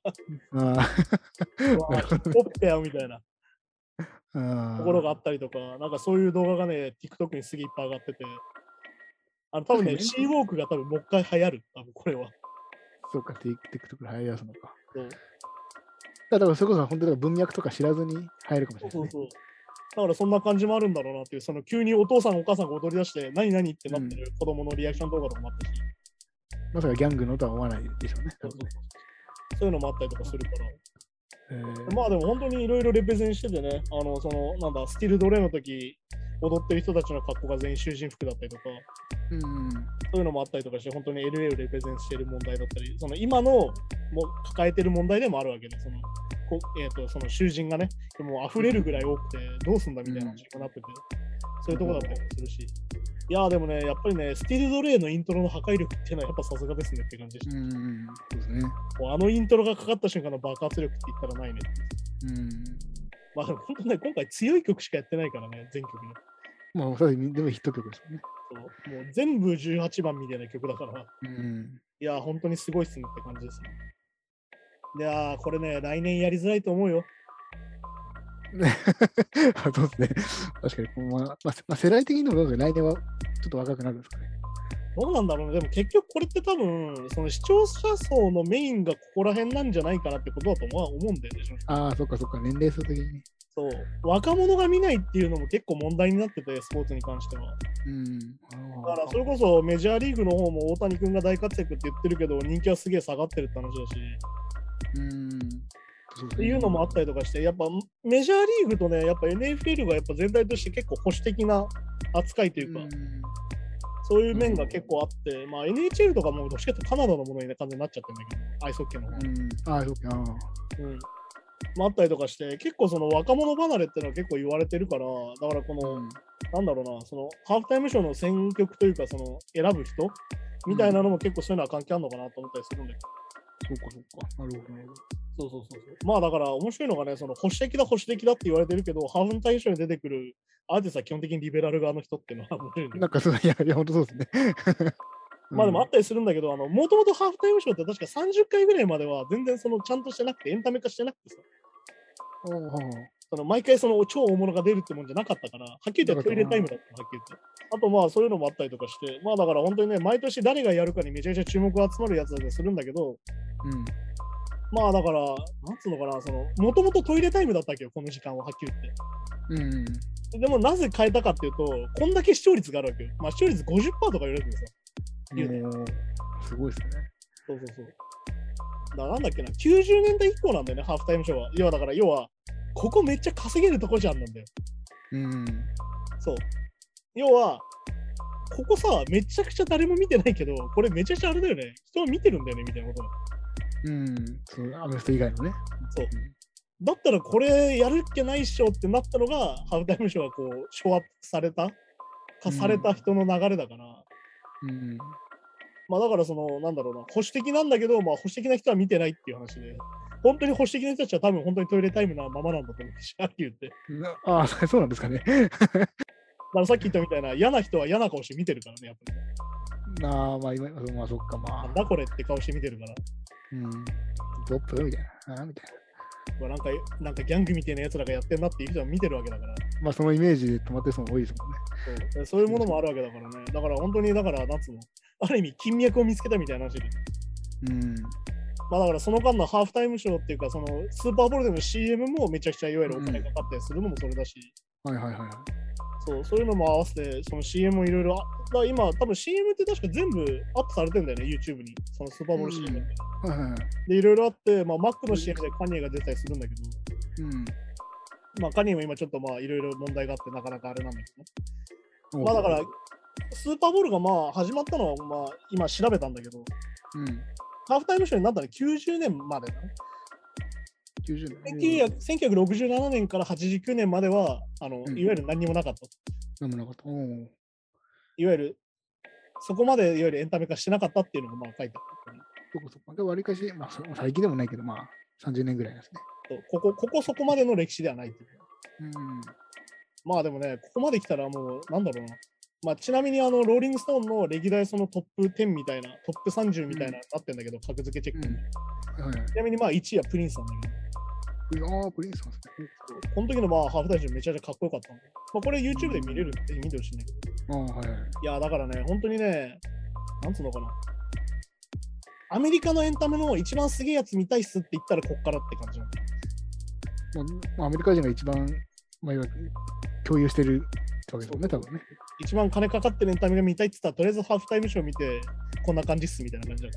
ポッペアみたいなところがあったりとか、なんかそういう動画がね、TikTok にすげえいっぱい上がってて、多分ね、シーウォークが多分もう一回流行る、多分これは。 そうか、TikTok で流行らすのか。だからそれこそ本当に文脈とか知らずに入るかもしれない、 だからそんな感じもあるんだろうなっていう、その急にお父さんお母さんが踊り出して、何々ってなってる子供のリアクション動画とかもあったし。 まさかギャングのとは思わないでしょうね。 そういうのもあったりとかするから。まあでも本当にいろいろレペゼンしててね、なんだ、スティルドレの時、踊ってる人たちの格好が全員囚人服だったりとか、そういうのもあったりとかして、本当に LA をレペゼンしている問題だったり、その今のも抱えてる問題でもあるわけで、その囚人がね、もう溢れるぐらい多くて、どうすんだみたいな話になってて、そういうとこだったりもするし。いやでもね、やっぱりね、スティルドレイのイントロの破壊力っていうのはやっぱさすがですねって感じでした。 そうですね。 イントロがかかった瞬間の爆発力って言ったらないね。まあでも本当ね、今回強い曲しかやってないからね、全曲ね。 まあ、それでもヒット曲ですよね。 もう全部18番みたいな曲だから。いや、本当にすごいっすねって感じですね。いやこれね、来年やりづらいと思うよ。 そうですね。確かに、世代的にもどうですか、来年はちょっと若くなるんですかね。 どうなんだろうね。でも結局これって多分、その視聴者層のメインがここら辺なんじゃないかなってことだと思うんだよね。 そっか、年齢層的に。 そう。若者が見ないっていうのも結構問題になってて、スポーツに関しては。だからそれこそメジャーリーグの方も大谷君が大活躍って言ってるけど、人気はすげえ下がってるって話だし。っていうのもあったりとかして、やっぱメジャーリーグとね、やっぱ NFL がやっぱ全体として結構保守的な扱いというか、そういう面が結構あって、まあ NHL とかもどっちかってカナダのものに感じになっちゃってるんだけど、アイスホッケーの方。 アイスホッケー。 あったりとかして、結構その若者離れっていうのは結構言われてるから、だからこの、なんだろうな、そのハーフタイムショーの選曲というか、その選ぶ人みたいなのも結構そういうのは関係あるのかなと思ったりするんだけど。 そうか。なるほど。 そう。まあだから面白いのがね、その保守的だって言われてるけど、ハーフタイムショーに出てくるアーティストは基本的にリベラル側の人っていうのは面白いんだけど。 なんかそう、いや、本当そうですね。 まあでもあったりするんだけど、もともとハーフタイムショーって確か30回ぐらいまでは全然そのちゃんとしてなくて、エンタメ化してなくてさ。その毎回その超大物が出るってもんじゃなかったから、はっきり言ってトイレタイムだったはっきり言って。あとまあそういうのもあったりとかして、まあだから本当にね、毎年誰がやるかにめちゃくちゃ注目が集まるやつだったりするんだけど、まあだから、なんつうのかな、もともとトイレタイムだったわけよ、この時間ははっきり言って。でもなぜ変えたかっていうと、こんだけ視聴率があるわけよ。まあ視聴率 50% とか言われるけどさ。 すごいですね。 そう。だからなんだっけな、90年代以降なんだよね、ハーフタイムショーは。要は、ここめっちゃ稼げるとこじゃんなんだよ。そう。要は、ここさ、めちゃくちゃ誰も見てないけど、これめちゃくちゃあれだよね。人は見てるんだよね、みたいなこと。 そう、アメフト以外のね。 そう。だったらこれやるっけないっしょってなったのが、ハーフタイムショーがこう、ショーアップされた人の流れだから。まあだからなんだろうな、保守的なんだけど、まあ保守的な人は見てないっていう話で、本当に保守的な人たちは多分本当にトイレタイムなままなんだと思うし、はっきり言って。 そうなんですかね。 だからさっき言ったみたいな、嫌な人は嫌な顔して見てるからね、やっぱまあ今、まあそっか、まあ。 なんだこれって顔して見てるから。 トップみたいな。みたいな。なんかギャングみたいなやつらがやってんなっていう人は見てるわけだから。 まあそのイメージで止まってる人も多いですもんね。そういうものもあるわけだからね。だから本当に、なんつうの、ある意味金脈を見つけたみたいな話で。まあだからその間のハーフタイムショーっていうか、そのスーパーボールでの CM もめちゃくちゃいわゆるお金かかったりするのもそれだし。そういうのも合わせて、その CM もいろいろ、今、多分 CM って確か全部アップされてるんだよね、YouTube に。そのスーパーボール CM って。で、いろいろあって、まあ、Mac の CM でカニエが出たりするんだけど、まあ、カニエも今ちょっとまあ、いろいろ問題があって、なかなかあれなんだけど。まあ、だから、スーパーボールがまあ、始まったのは、まあ、今調べたんだけど、ハーフタイムショーになったのは90年までだね。1967年から89年までは、いわゆる何にもなかった。いわゆる、そこまでいわゆるエンタメ化してなかったっていうのがまあ書いてある。 そこで割りかし、まあ最近でもないけど、まあ30年ぐらいですね。 ここそこまでの歴史ではないっていう。まあでもね、ここまで来たらもう、なんだろうな。まあちなみにローリングストーンの歴代そのトップ10みたいな、トップ30みたいななってんだけど、格付けチェックに。ちなみにまあ1位はプリンスなんだけど。 プリンスなんですね。 この時のまあハーフタイムめちゃくちゃかっこよかったんで。まあこれ YouTube で見れるんで見てほしいんだけど。いやだからね、本当にね、なんつうのかな。アメリカのエンタメの一番すげえやつ見たいっすって言ったらこっからって感じなんだ。 アメリカ人が一番、まあ、共有してるわけですよね、多分ね。 一番金かかってるエンタメが見たいって言ったら、とりあえずハーフタイムショー見て、こんな感じっすみたいな感じだから。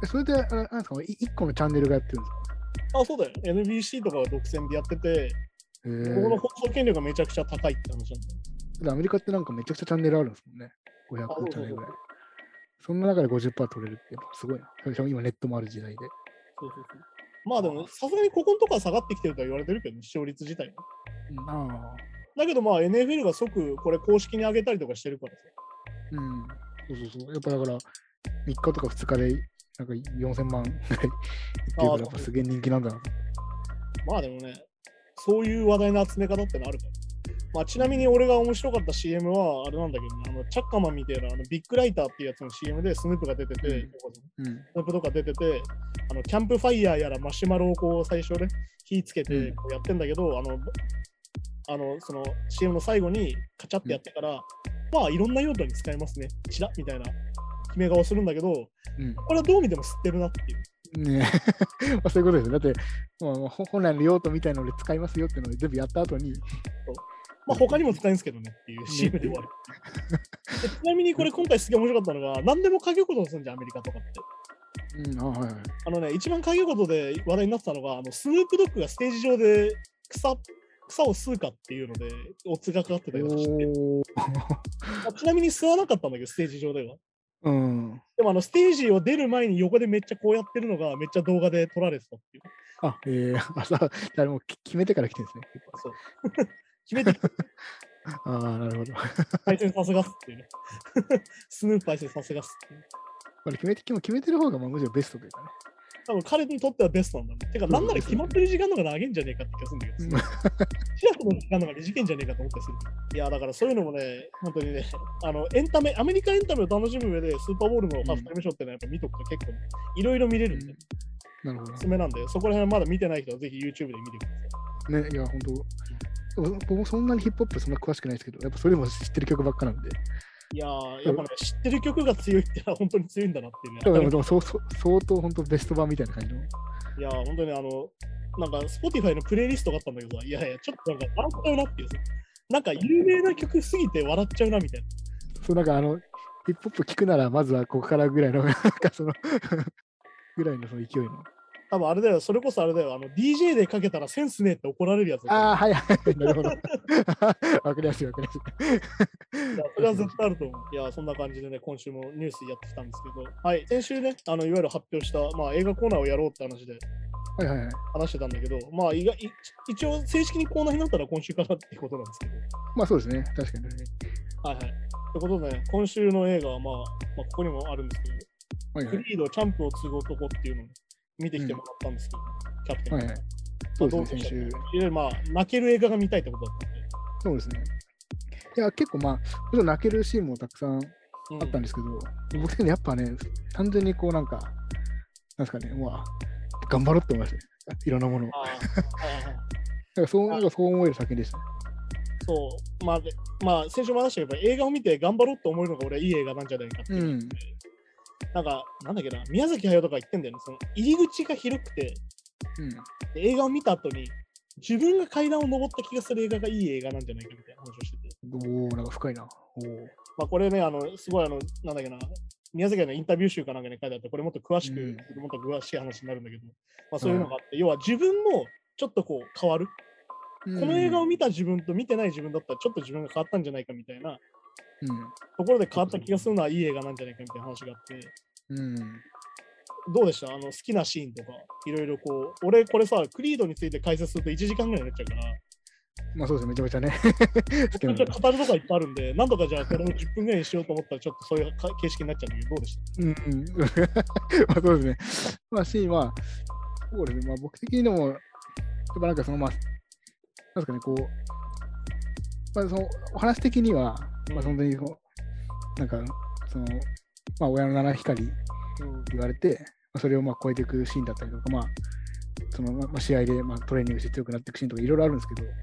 それで、なんですか、1個のチャンネルがやってるんですか？ あ、そうだよ。NBC とかは独占でやってて、ここの放送権料がめちゃくちゃ高いって話なんだよ。アメリカってなんかめちゃくちゃチャンネルあるんですもんね。500チャンネルぐらい。そんな中で 50% 取れるってやっぱすごいな。しかも今ネットもある時代で。 まあでも、さすがにここのとこは下がってきてるとは言われてるけどね、視聴率自体は。だけどまあ NFL が即これ公式に上げたりとかしてるからさ。 そう。やっぱだから3日とか2日でなんか4000万ぐらいいってるからやっぱすげえ人気なんだな。 まあでもね、そういう話題の集め方ってのあるから。まあちなみに俺が面白かった CM はあれなんだけどね、チャッカマンみたいなビッグライターっていうやつの CM でスヌープが出てて、スヌープとか出てて、キャンプファイヤーやらマシュマロをこう最初で火つけてこうやってんだけど、その CM の最後にカチャってやってから、まあいろんな用途に使えますね、チラみたいな決め顔するんだけど、これはどう見ても吸ってるなっていう。 そういうことですよ。だって、本来の用途みたいなので使いますよっていうので全部やった後に。 まあ他にも使えんすけどねっていう CM で終わる。ちなみにこれ今回すげえ面白かったのが、何でも書き事するんじゃん、アメリカとかって。一番書き事で話題になってたのが、スヌープドッグがステージ上で草を吸うかっていうので、オッズがかかってたようなちなみに吸わなかったんだけど、ステージ上では。でもステージを出る前に横でめっちゃこうやってるのがめっちゃ動画で撮られてたっていう。 誰も決めてから来てるんですね。 そう。決めてなるほど。 対戦さすがっすっていうね。スヌープ対戦さすがっすっていう。 決めてる方がむしろベストというかね。 多分彼にとってはベストなんだね。てか、なんなら決まってる時間の方が長いんじゃねえかって気がするんだけど、シラフの時間の方が短いんじゃねえかと思ったりする。いや、だからそういうのもね、本当にね、エンタメ、アメリカエンタメを楽しむ上で、スーパーボールのハーフタイムショーってのはやっぱ見とくと結構いろいろ見れるんで、 なるほど。 おすすめなんで、そこら辺はまだ見てない人はぜひ YouTube で見てください。ね、いや、本当僕もそんなにヒップホップそんな詳しくないですけど、やっぱそれも知ってる曲ばっかなんで。 いやー、やっぱね、知ってる曲が強いってのは本当に強いんだなっていうね。 でも相当本当ベスト版みたいな感じの。 いやー、本当になんか Spotify のプレイリストがあったんだけどさ、いや、ちょっとなんか笑っちゃうなっていうさ、なんか有名な曲すぎて笑っちゃうなみたいな。 そう、なんかヒップホップ聞くならまずはここからぐらいの、なんかそのぐらいのその勢いの。 多分あれだよ、それこそあれだよ、DJ でかけたらセンスねえって怒られるやつ。 はい、なるほど。わかりやすい。いや、 それは絶対あると思う。いや、そんな感じでね、今週もニュースやってきたんですけど、はい、先週ね、いわゆる発表した、まあ、映画コーナーをやろうって話で話してたんだけど、まあ、一応正式にコーナーになったら今週からっていうことなんですけど。 まあそうですね、確かに。 はい。ということでね、今週の映画は、まあ、ここにもあるんですけど、クリード、チャンプを継ぐ男っていうのを見てきてもらったんですけど、キャプテン。 そうですね、先週。 いわゆるまあ、泣ける映画が見たいってことだったんで。 そうですね。いや、結構まあ、泣けるシーンもたくさんあったんですけど、僕的にやっぱね、単純にこうなんですかね、頑張ろうって思いましたね。いろんなものを。そう思える作品でしたね。 そう。まあ、先週も話したけど、映画を見て頑張ろうって思えるのが俺はいい映画なんじゃないかっていう。なんだっけな、宮崎駿とか言ってんだよね。その入り口が広くて、映画を見た後に自分が階段を登った気がする映画がいい映画なんじゃないかみたいな話をしてて。 なんか深いな。 これね、すごいなんだっけな、宮崎のインタビュー集かなんかに書いてあって、これもっと詳しい話になるんだけど、そういうのがあって、要は自分もちょっとこう変わる。この映画を見た自分と見てない自分だったらちょっと自分が変わったんじゃないかみたいなところで変わった気がするのはいい映画なんじゃないかみたいな話があって、どうでした？好きなシーンとかいろいろこう、俺これさクリードについて解説すると1時間ぐらいになっちゃうから、 そうですね、めちゃめちゃねめちゃ語るとかいっぱいあるんで、なんとかじゃあこれを10分ぐらいにしようと思ったらちょっとそういう形式になっちゃうんだけど、どうでした？ そうですね。そうですね、僕的にでもやっぱなんかなんですかね、こう、そのお話的には、本当に親の七光言われて、それを超えていくシーンだったりとか、試合でトレーニングして強くなっていくシーンとかいろいろあるんですけど、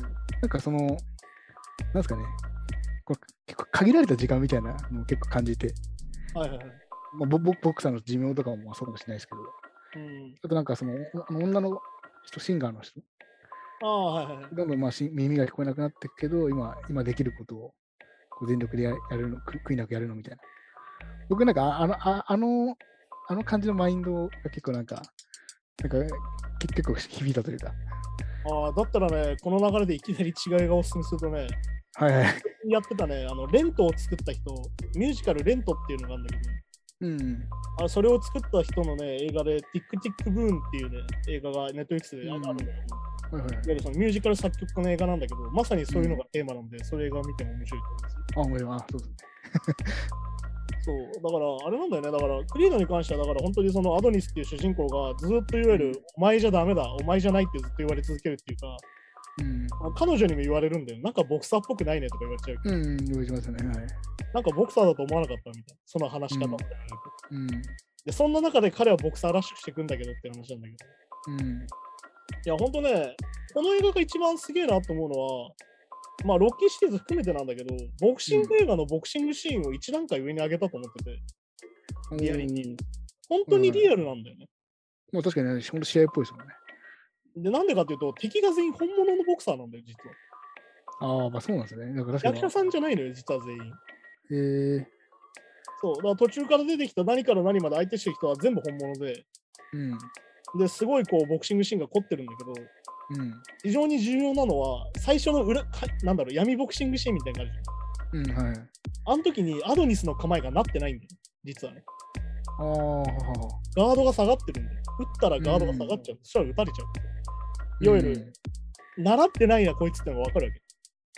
なんですかね、結構限られた時間みたいなのを結構感じて、ボクサーの寿命とかもそうかもしれないですけど、あと女の人、シンガーの人、どんどん耳が聞こえなくなっていくけど、今できることを全力でやるの、悔いなくやるのみたいな。僕あの感じのマインドが結構結構響いたというか。 だったらね、この流れでいきなり違いがおすすめするとね、やってたね、レントを作った人、ミュージカルレントっていうのがあるんだけど、それを作った人のね、映画で、ティックティックブーンっていうね、映画がネットフリックスであるんだけど、いわゆるそのミュージカル作曲家の映画なんだけど、まさにそういうのがテーマなんで、そういう映画を見ても面白いと思います。 そうですね。 そう、だからあれなんだよね、だからクリードに関しては、だから本当にそのアドニスっていう主人公がずっといわゆる、お前じゃダメだ、お前じゃないってずっと言われ続けるっていうか、彼女にも言われるんだよ。なんかボクサーっぽくないねとか言われちゃうけど。 言われますね。 なんかボクサーだと思わなかったみたいな。その話し方みたいな。で、そんな中で彼はボクサーらしくしていくんだけどって話なんだけど。いや、ほんとね、この映画が一番すげえなと思うのは、ロッキーシリーズ含めてなんだけど、ボクシング映画のボクシングシーンを一段階上に上げたと思ってて、リアリティ。本当にリアルなんだよね。 確かにね、ほんと試合っぽいですもんね。 で、なんでかっていうと、敵が全員本物のボクサーなんだよ、実は。そうなんですね。 役者さんじゃないのよ、実は全員。そう、だから途中から出てきた何から何まで相手してる人は全部本物で、で、すごいこう、ボクシングシーンが凝ってるんだけど、非常に重要なのは、最初の闇ボクシングシーンみたいなのがあるじゃん。あの時にアドニスの構えがなってないんだよ、実はね。ガードが下がってるんだよ。打ったらガードが下がっちゃう。そしたら打たれちゃう。いわゆる、習ってないな、こいつってのが分かるわけ。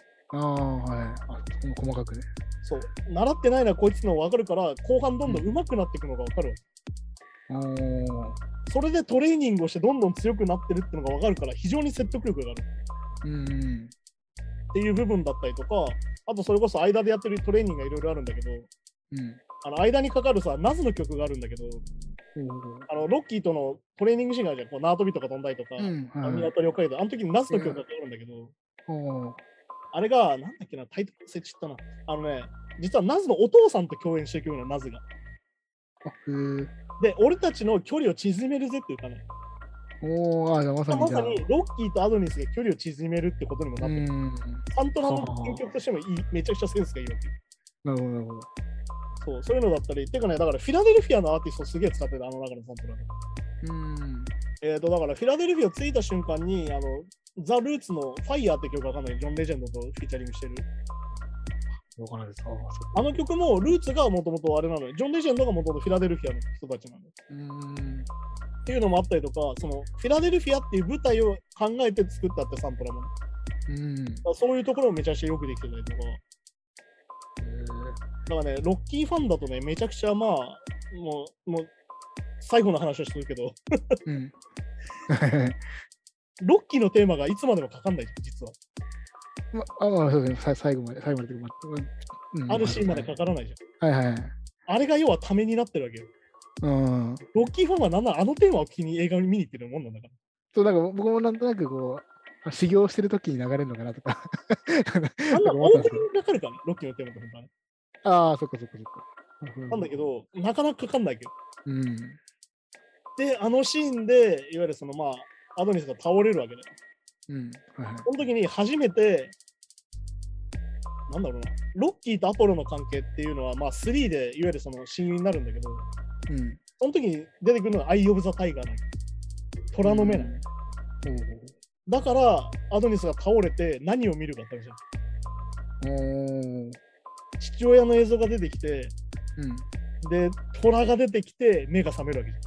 細かくね。 そう。習ってないな、こいつのが分かるから、後半どんどん上手くなっていくのが分かるわけ。それでトレーニングをしてどんどん強くなってるってのが分かるから、非常に説得力がある。っていう部分だったりとか、あとそれこそ間でやってるトレーニングがいろいろあるんだけど、間にかかるさ、ナズの曲があるんだけど、ロッキーとのトレーニングシーンがあるじゃん。こう縄跳びとか飛んだりとか、鶏をかけて、あの時にナズの曲がかかるんだけど、あれが、なんだっけな、タイトル忘れちゃったな。実はナズのお父さんと共演してる曲なの、ナズが。で、俺たちの距離を縮めるぜっていうかね。まさにロッキーとアドニスが距離を縮めるってことにもなってる。サントラの選曲としてもめちゃくちゃセンスがいいわけ。 なるほど。 そういうのだったり、てかね、だからフィラデルフィアのアーティストをすげえ使ってた、あの中のサントラで。だからフィラデルフィアを着いた瞬間に、ザ・ルーツのファイヤーって曲がわかんない、ジョン・レジェンドとフィーチャリングしてる。あの曲もルーツがもともとあれなのよ。ジョン・レジェンドがもともとフィラデルフィアの人たちなのよ。っていうのもあったりとか、そのフィラデルフィアっていう舞台を考えて作ったってサントラも。そういうところもめちゃくちゃよくできてたりとか。だからね、ロッキーファンだとね、めちゃくちゃもう最後の話をしてるけど、ロッキーのテーマがいつまでもかかんないじゃん、実は。 そうですね、最後まで。 あるシーンまでかからないじゃん。はいはい。 あれが要はためになってるわけよ。ロッキーファンはなんならあのテーマを気に映画を見に行ってるもんなんだから。 そう、だから僕もなんとなくこう、修行してる時に流れるのかなとか。 あんなオープニングかかるからね、ロッキーのテーマって本当はね。 ああ、そっかそっかそっか。 なんだけど、なかなかかかんないけど。 うん。 で、あのシーンで、いわゆるそのアドニスが倒れるわけだよ。 うん。はいはい。 その時に初めて、なんだろうな、ロッキーとアポロの関係っていうのは、3でいわゆるその親友になるんだけど、その時に出てくるのがアイ・オブ・ザ・タイガーなの。虎の目なの。だから、アドニスが倒れて何を見るかって話じゃん。父親の映像が出てきて、で、虎が出てきて目が覚めるわけじ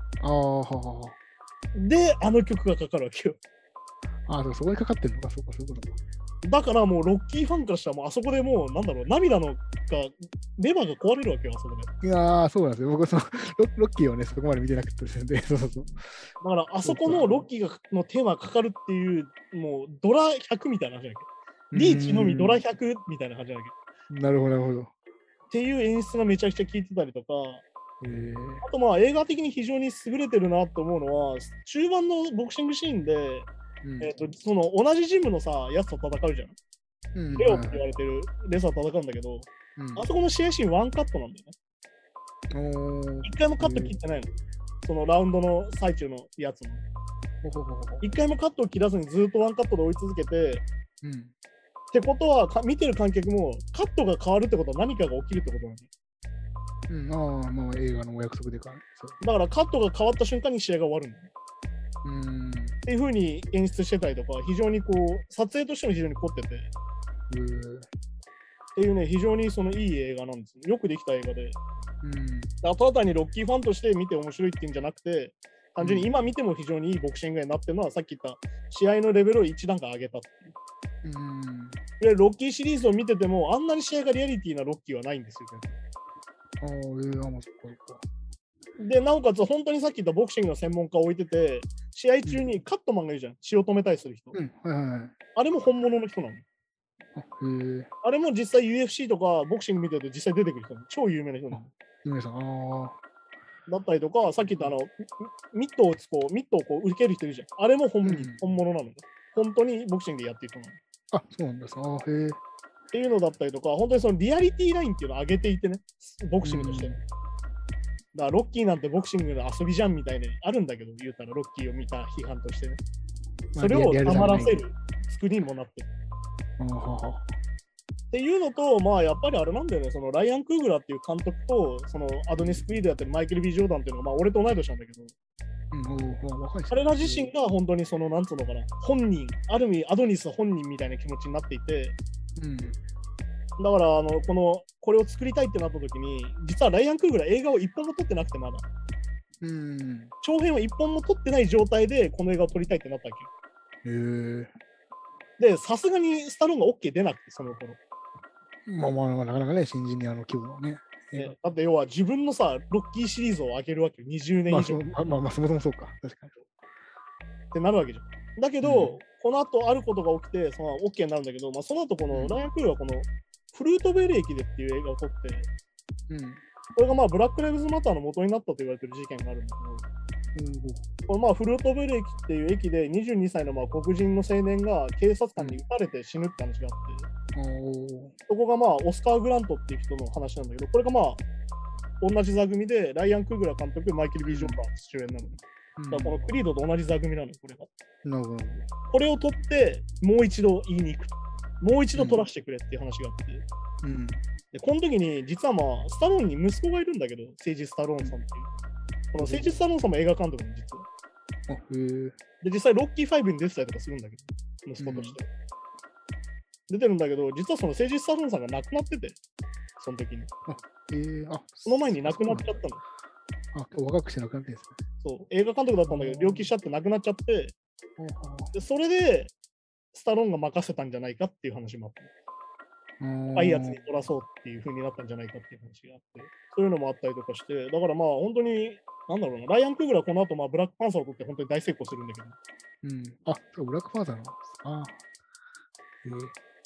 ゃん。で、あの曲がかかるわけよ。 そこにかかってんのか、そういうことか。 だからもうロッキーファンからしたらもうあそこでもうなんだろう、涙のレバーが壊れるわけよ、あそこで。 いやー、そうなんですよ。僕ロッキーをね、そこまで見てなくてですね。そう。だからあそこのロッキーのテーマがかかるっていう、もうドラ100みたいな話だけど。リーチのみドラ100みたいな感じだけど。なるほど、なるほど。 っていう演出がめちゃくちゃ効いてたりとか、あと映画的に非常に優れてるなと思うのは、中盤のボクシングシーンで、その同じジムのやつと戦うじゃん。レオって言われてるレスラーと戦うんだけど、あそこの試合シーンワンカットなんだよね。一回もカット切ってないの。そのラウンドの最中のやつも。一回もカットを切らずにずっとワンカットで追い続けて、ってことは見てる観客もカットが変わるってことは何かが起きるってことなの。 映画のお約束でか。 だからカットが変わった瞬間に試合が終わるんだよ。っていう風に演出してたりとか、非常にこう、撮影としても非常に凝ってて。っていうね、非常にそのいい映画なんですよ。よくできた映画で。ただ単にロッキーファンとして見て面白いっていうんじゃなくて、単純に今見ても非常にいいボクシングになってるのは、さっき言った試合のレベルを一段階上げたっていう。で、ロッキーシリーズを見てても、あんなに試合がリアリティなロッキーはないんですよね。で、なおかつ、本当にさっき言ったボクシングの専門家を置いてて、試合中にカットマンがいるじゃん。血を止めたりする人。あれも本物の人なの。あれも実際 UFC とかボクシング見てると実際出てくる人なの。超有名な人なの。だったりとか、さっき言ったミットを受ける人いるじゃん。あれも本物なの。本当にボクシングでやってる人なの。 そうなんですか。 っていうのだったりとか、本当にそのリアリティラインっていうのを上げていてね、ボクシングとして。だからロッキーなんてボクシングの遊びじゃんみたいにあるんだけど、言うたらロッキーを見た批判としてね。それをたまらせる作りにもなってる。っていうのと、やっぱりあれなんだよね、そのライアン・クーグラーっていう監督と、そのアドニス・クイードやってるマイケル・ビジョーダンっていうのが、俺と同い年なんだけど、彼ら自身が本当にその、なんつうのかな、本人、ある意味アドニス本人みたいな気持ちになっていて、だからこれを作りたいってなった時に、実はライアン・クーグラー映画を一本も撮ってなくてまだ。長編を一本も撮ってない状態でこの映画を撮りたいってなったわけよ。で、さすがにスタローンが OK 出なくて、その頃。 なかなかね、新人に規模のね。 だって要は自分のロッキーシリーズを上げるわけよ。20年以上。 そもそもそうか。確かに。 ってなるわけじゃん。だけど、この後あることが起きて、OK になるんだけど、その後このライアン・クーグラーはこのフルートベル駅でっていう映画を撮って、これがブラック・ライブズ・マターの元になったと言われてる事件があるんだけど、これフルートベル駅っていう駅で22歳の黒人の青年が警察官に撃たれて死ぬって話があって、そこがオスカー・グラントっていう人の話なんだけど、これが同じ座組でライアン・クーグラー監督、マイケル・ビー・ジョーダン主演なの。だからこのクリードと同じ座組なのよ、これが。これを取って、もう一度言いに行くと。もう一度取らせてくれっていう話があって。でこの時に、実はスタローンに息子がいるんだけど、セイジ・スタローンさんっていう。このセイジ・スタローンさんも映画監督の実は。で、実際ロッキー5に出てたりとかするんだけど、息子として。出てるんだけど、実はそのセイジ・スタローンさんが亡くなってて、その時に。その前に亡くなっちゃったの。 若くして亡くなってるんですね。 そう、映画監督だったんだけど、病気しちゃって亡くなっちゃって、でそれで、スタローンが任せたんじゃないかっていう話もあった。いいやつに取らそうっていう風になったんじゃないかっていう話があって、そういうのもあったりとかして、だから本当に、なんだろうな、ライアン・クーグラーこの後ブラックパンサーを取って本当に大成功するんだけど。 ブラックパンサーの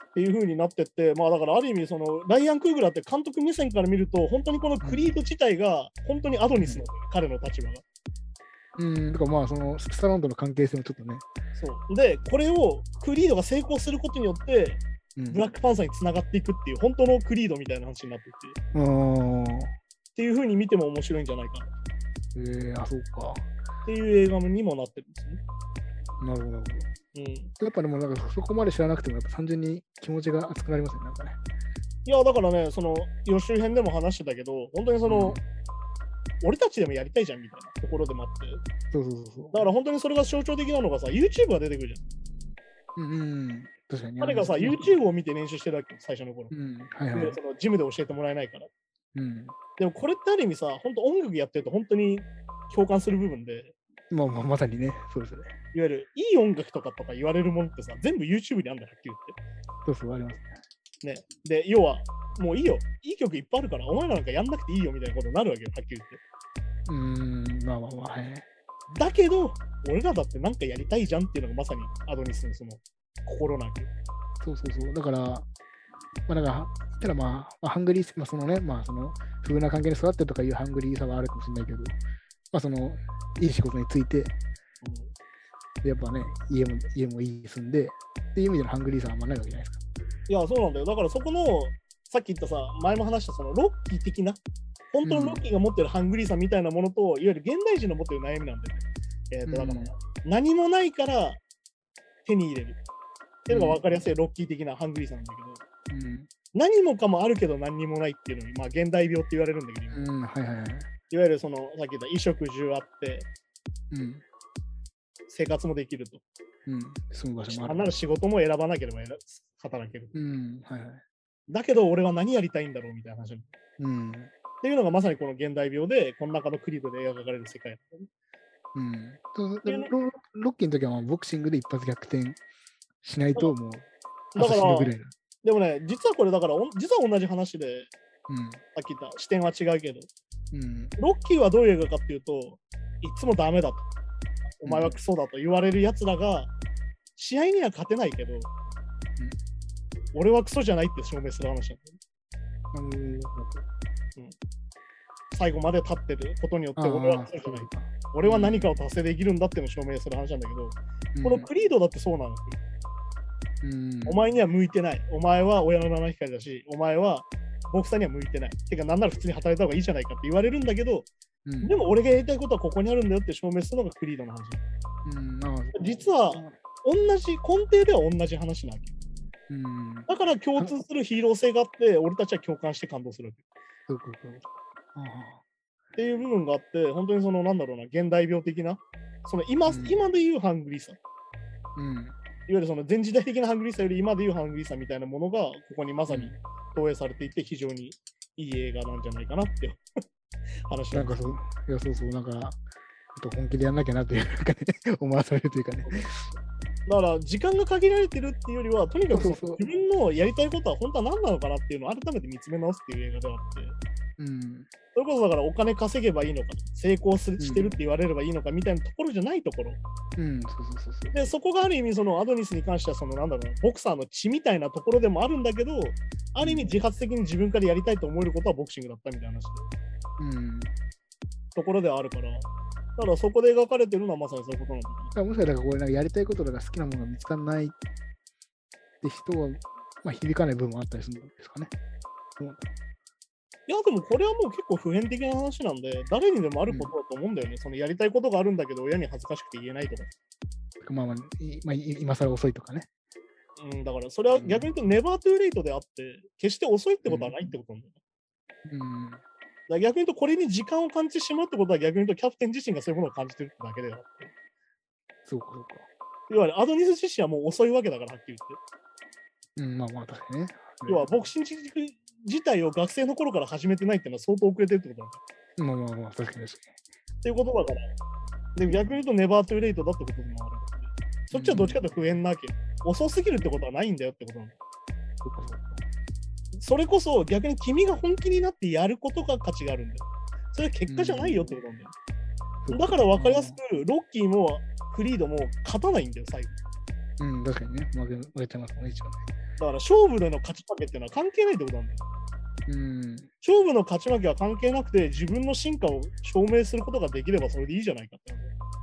っていう風になってって、まあだからある意味、そのライアン・クーグラーって監督目線から見ると、本当にこのクリード自体が本当にアドニスの、彼の立場が。 だからまあそのスタローンとの関係性もちょっとね。 そうで、これをクリードが成功することによって、ブラックパンサーにつながっていくっていう、本当のクリードみたいな話になっていて、っていう風に見ても面白いんじゃないかな。 そうか。 っていう映画にもなってるんですね。 なるほど。やっぱでもなんかそこまで知らなくてもやっぱ単純に気持ちが熱くなりますね、なんかね。 いやだからね、その予習編でも話してたけど、本当にその、俺たちでもやりたいじゃんみたいなところでもあって。そうだから本当にそれが象徴的なのがさ、YouTube が出てくるじゃん。 確かに。 彼がさ、YouTube を見て練習してるわけよ、最初の頃。そのジムで教えてもらえないから。でもこれってある意味さ、本当音楽やってると本当に共感する部分で。 まさにね、そうですね。 いわゆるいい音楽とか言われるものってさ、全部 YouTube にあるんだよ、はっきり言って。そう、ありますね。で、要は、もういいよ、いい曲いっぱいあるから、お前らなんかやんなくていいよみたいなことになるわけよ、はっきり言って。 はい。 だけど、俺らだってなんかやりたいじゃんっていうのがまさにアドニスのその心なわけよ。 そう。だから、なんか、言ったらハングリー、そのね、その不遇な関係に育ってるとかいうハングリーさはあるかもしれないけど、その、いい仕事について、やっぱね、家もいい住んで、っていう意味でのハングリーさはあんまないわけじゃないですか。 いや、そうなんだよ。だからそこの、さっき言ったさ、前も話したそのロッキー的な、本当のロッキーが持ってるハングリーさみたいなものと、いわゆる現代人の持ってる悩みなんだよね。だから、何もないから手に入れる。っていうのが分かりやすいロッキー的なハングリーさなんだけど、何もかもあるけど何にもないっていうのに、現代病って言われるんだけど、いわゆるその、さっき言った衣食住あって、生活もできると。 住む場所もある。 なんなら仕事も選ばなければ働ける。だけど俺は何やりたいんだろうみたいな話。っていうのがまさにこの現代病で、この中のクリードで描かれる世界。 ロッキーの時はボクシングで一発逆転しないともうだからでもね、実はこれだから実は同じ話で、さっき言った視点は違うけど、ロッキーはどういう映画かっていうと、いつもダメだと、お前はクソだと言われるやつらが試合には勝てないけど、俺はクソじゃないって証明する話なんだよね。最後まで立ってることによって俺はクソじゃない。俺は何かを達成できるんだっていうのを証明する話なんだけど、このクリードだってそうなの。お前には向いてない。お前は親の七光だし、お前はボクサーには向いてない。てか、なんなら普通に働いた方がいいじゃないかって言われるんだけど、でも俺がやりたいことはここにあるんだよって証明するのがクリードの話。実は同じ、根底では同じ話なわけ。だから共通するヒーロー性があって、俺たちは共感して感動するわけ。っていう部分があって、本当にそのなんだろうな、現代病的な、その今で言うハングリーさ。いわゆるその前時代的なハングリーさより今で言うハングリーさみたいなものがここにまさに投影されていて、非常にいい映画なんじゃないかなって話なんかそう、なんか本気でやんなきゃなというかね、思わされるというかね。 だから時間が限られてるっていうよりは、とにかく自分のやりたいことは本当は何なのかなっていうのを改めて見つめ直すっていう映画ではあって、それこそだからお金稼げばいいのか、成功してるって言われればいいのかみたいなところじゃないところ。で、そこがある意味そのアドニスに関してはそのなんだろう、ボクサーの血みたいなところでもあるんだけど、ある意味自発的に自分からやりたいと思えることはボクシングだったみたいな話で。ところではあるから。だからそこで描かれてるのはまさにそういうことなんだ。 もしかしたらこれなんかやりたいこととか好きなものが見つからないって人は、響かない部分もあったりするんですかね。 いやでもこれはもう結構普遍的な話なんで、誰にでもあることだと思うんだよね。そのやりたいことがあるんだけど親に恥ずかしくて言えないとか。 今更遅いとかね。 だからそれは逆に言うとネバートゥーレイトであって、決して遅いってことはないってことなんだよね。逆に言うとこれに時間を感じてしまうってことは逆に言うとキャプテン自身がそういうものを感じてるってだけであって。 そうか。 いわゆるアドニス自身はもう遅いわけだからはっきり言って。確かにね。 要はボクシング自体を学生の頃から始めてないっていうのは相当遅れてるってことなんだよ。 確かに。 っていうことだから。で逆に言うとネバートゥーレイトだってことでもある。そっちはどっちかというと不縁なわけ。遅すぎるってことはないんだよってことなんだよ。それこそ逆に君が本気になってやることが価値があるんだよ。それは結果じゃないよってことなんだよ。だから分かりやすく、ロッキーもクリードも勝たないんだよ、最後。 確かにね。負けちゃいますね、一番ね。 だから勝負での勝ち負けっていうのは関係ないってことなんだよ。勝負の勝ち負けは関係なくて、自分の進化を証明することができればそれでいいじゃないかって。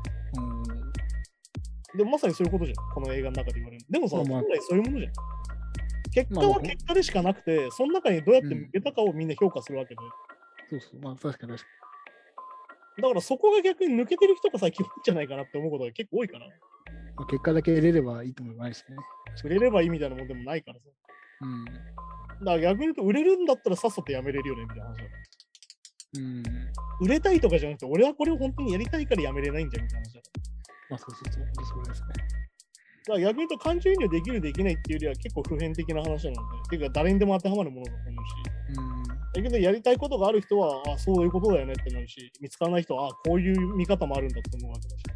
でもまさにそういうことじゃん、この映画の中で言われる。でもさ、本来そういうものじゃん。結果は結果でしかなくて、その中にどうやって向けたかをみんな評価するわけで。 そうそう、まあ確かに。 だからそこが逆に抜けてる人が最近多いんじゃないかなって思うことが結構多いから。 まあ、結果だけ得れればいいと思いますね。 売れればいいみたいなもんでもないからさ。だから逆に言うと、売れるんだったらさっさとやめれるよねみたいな話だから。売れたいとかじゃなくて、俺はこれを本当にやりたいからやめれないんじゃんみたいな話だから。 まあそうですね。 だから逆に言うと、感情移入できるできないっていうよりは結構普遍的な話なので、ていうか誰にでも当てはまるものだと思うし、だけどやりたいことがある人は、あ、そういうことだよねってなるし、見つからない人は、あ、こういう見方もあるんだって思うわけだし。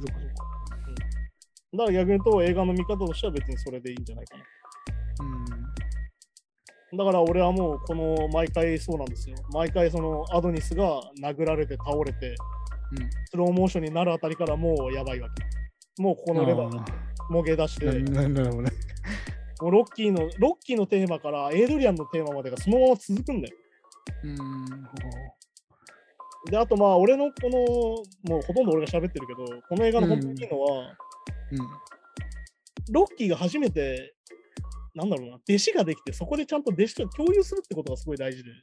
だから逆に言うと、映画の見方としては別にそれでいいんじゃないかな。だから俺はもうこの毎回そうなんですよ。毎回そのアドニスが殴られて倒れて、スローモーションになるあたりからもうやばいわけ。もうここのレバーもげ出して、もうロッキーのテーマからエイドリアンのテーマまでがそのまま続くんだよ。で、あとまあ俺のこの、もうほとんど俺が喋ってるけど、この映画の本当にいいのは、ロッキーが初めてなんだろうな、弟子ができて、そこでちゃんと弟子と共有するってことがすごい大事で。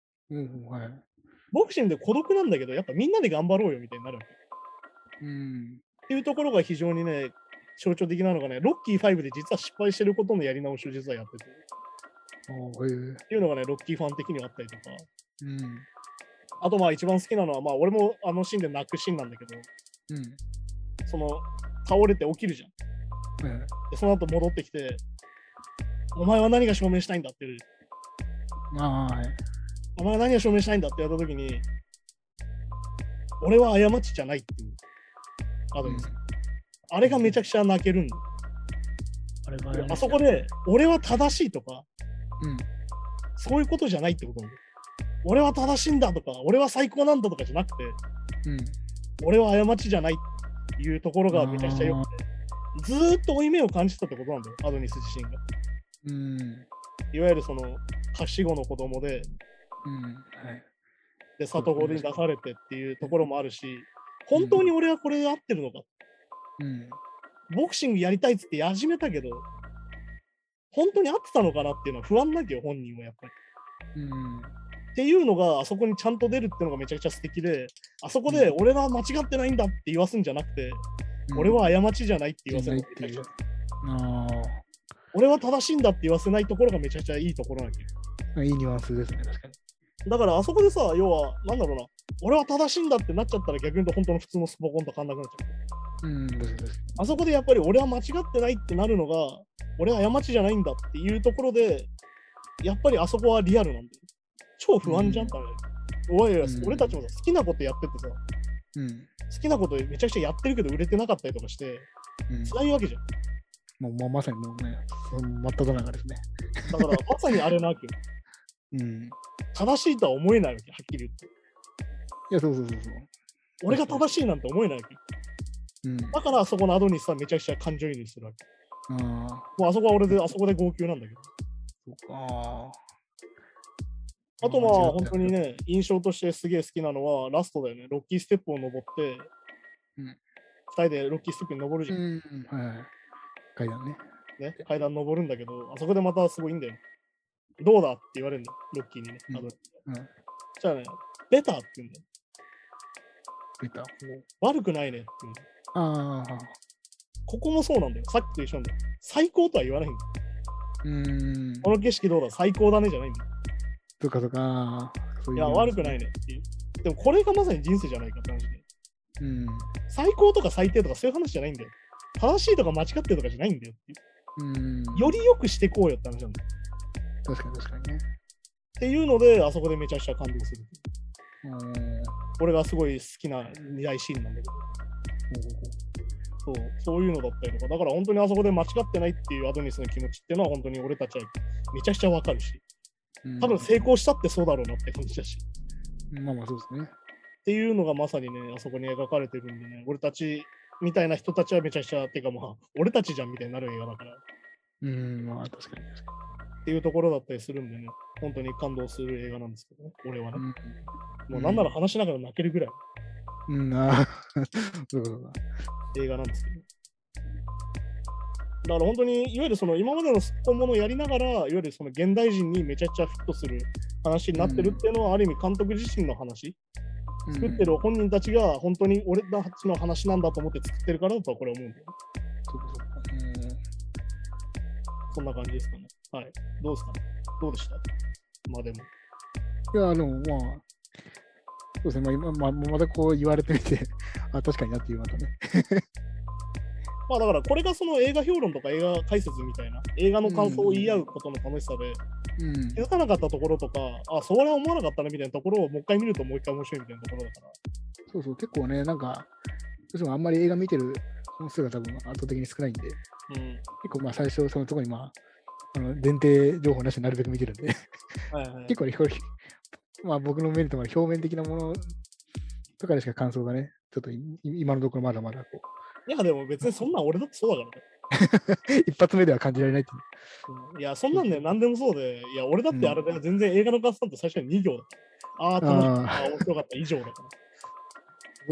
ボクシングで孤独なんだけど、やっぱみんなで頑張ろうよみたいになるわけ。っていうところが非常にね、象徴的なのがね、ロッキー5で実は失敗してることのやり直しを実はやってて。っていうのがね、ロッキーファン的にはあったりとか。あとまあ一番好きなのは、まあ俺もあのシーンで泣くシーンなんだけど、その倒れて起きるじゃん。でその後戻ってきて、お前は何が証明したいんだっていう。お前は何が証明したいんだってやったときに、俺は過ちじゃないっていう。あれがめちゃくちゃ泣けるんだ。あそこで、俺は正しいとか、そういうことじゃないってことなんだよ。俺は正しいんだとか、俺は最高なんだとかじゃなくて、俺は過ちじゃないっていうところがめちゃくちゃ良くて、ずーっと負い目を感じたってことなんだよ、アドニス自身が。いわゆるその、カシゴの子供で、で、里子に出されてっていうところもあるし、本当に俺はこれで合ってるのか。ボクシングやりたいっつって始めたけど、本当に合ってたのかなっていうのは不安なきゃ本人はやっぱり。っていうのがあそこにちゃんと出るっていうのがめちゃくちゃ素敵で、あそこで俺は間違ってないんだって言わすんじゃなくて、俺は過ちじゃないって言わせる。俺は正しいんだって言わせないところがめちゃくちゃいいところなきゃ。 いいニュアンスですね、確かに。 だからあそこでさ、要は、なんだろうな、俺は正しいんだってなっちゃったら逆に言うと本当の普通のスポコンと変わんなくなっちゃう。あそこでやっぱり俺は間違ってないってなるのが、俺は過ちじゃないんだっていうところで、やっぱりあそこはリアルなんだよ。超不安じゃん、俺たちもさ、好きなことやっててさ、好きなことめちゃくちゃやってるけど売れてなかったりとかして、辛いわけじゃん。 もうまさにもうね、真っ只中ですね。 だからまさにあれなわけよ。正しいとは思えないわけ、はっきり言って。 いや、そう。 俺が正しいなんて思えないわけ。だからあそこのアドニスはめちゃくちゃ感情移入するわけ。もうあそこは俺で、あそこで号泣なんだけど。あとまあ本当にね、印象としてすげえ好きなのはラストだよね。ロッキーステップを登って、2人でロッキーステップに登るじゃん。 階段ね。 階段登るんだけど、あそこでまたすごいいいんだよ。どうだって言われるんだよ、ロッキーにね。じゃあね、ベターって言うんだよ。 ベター悪くないねって言うんだよ。ここもそうなんだよ。さっきと一緒なんだよ。最高とは言わないんだよ。この景色どうだ最高だねじゃないんだよ。いや、悪くないねっていう。でもこれがまさに人生じゃないかって話で。最高とか最低とかそういう話じゃないんだよ。正しいとか間違ってるとかじゃないんだよっていう。より良くしていこうよって話なんだよ。 確かにね。 っていうので、あそこでめちゃくちゃ感動する。俺がすごい好きな2大シーンなんだけど。そういうのだったりとか、だから本当にあそこで間違ってないっていうアドニスの気持ちっていうのは本当に俺たちはめちゃくちゃわかるし、多分成功したってそうだろうなって感じだし。 そうですね。 っていうのがまさにね、あそこに描かれてるんでね、俺たちみたいな人たちはめちゃくちゃ、てか俺たちじゃんみたいになる映画だから。 まあ確かに。 っていうところだったりするんでね、本当に感動する映画なんですけどね、俺はね。もうなんなら話しながら泣けるぐらいそう映画なんですけど。だから本当に、いわゆるその今までのすっぽんものをやりながら、いわゆるその現代人にめちゃくちゃフィットする話になってるっていうのは、ある意味監督自身の話、作ってる本人たちが本当に俺たちの話なんだと思って作ってるからだとはこれ思うんだよね。そんな感じですかね。はい。どうですかね。どうでしたまあでも。 いや、でもまあ、そうですね、今、またこう言われてみて、確かになっていうまたね。 まあだからこれがその映画評論とか映画解説みたいな映画の感想を言い合うことの楽しさで、気づかなかったところとか、それは思わなかったなみたいなところをもう一回見るともう一回面白いみたいなところだから。 そうそう、結構ね、なんか、どうしてもあんまり映画見てる本数が多分圧倒的に少ないんで、結構まあ最初そのところに前提情報なしになるべく見てるんで、結構まあ僕の目にとまる表面的なものとかでしか感想がね、ちょっと今のところまだまだこう。 いやでも別にそんなん俺だってそうだからね。一発目では感じられないっていや、そんなんね、何でもそうで、いや、俺だってあれで全然映画の合算と最初に2行だから。楽しかった、面白かった以上だから。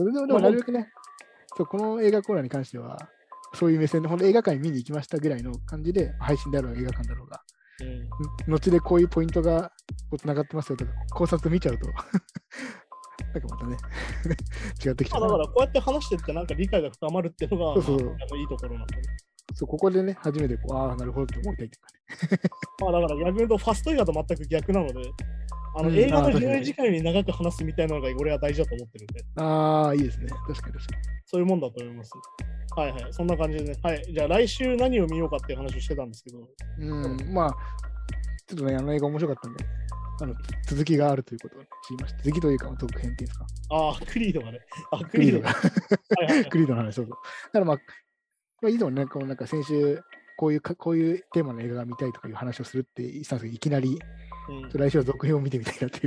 でもなるべくね、この映画コーナーに関しては、そういう目線で、ほんと映画館に見に行きましたぐらいの感じで、配信であろうが映画館だろうが、後でこういうポイントがつながってますよとか、考察見ちゃうと、なんかまたね、違ってきちゃう。 だからこうやって話してってなんか理解が深まるっていうのが、いいところなんで。 そう、ここでね、初めてなるほどって思いたいとかね。 だから逆に言うと、ファスト映画と全く逆なので、映画の上映時間より長く話すみたいなのが俺は大事だと思ってるんで。 いいですね。確かに。 そういうもんだと思います。はいはい、そんな感じでね。はい、じゃあ来週何を見ようかっていう話をしてたんですけど。 まあ、ちょっとね、映画面白かったんで、続きがあるということを知りました。続きというか、続編っていうんですか。 クリードがね。 クリードが。クリードの話、そうそう。だからまあ、いいのね、なんか先週、こういうテーマの映画が見たいとかいう話をするって言ったんですけど、いきなり、来週は続編を見てみたいなっていう。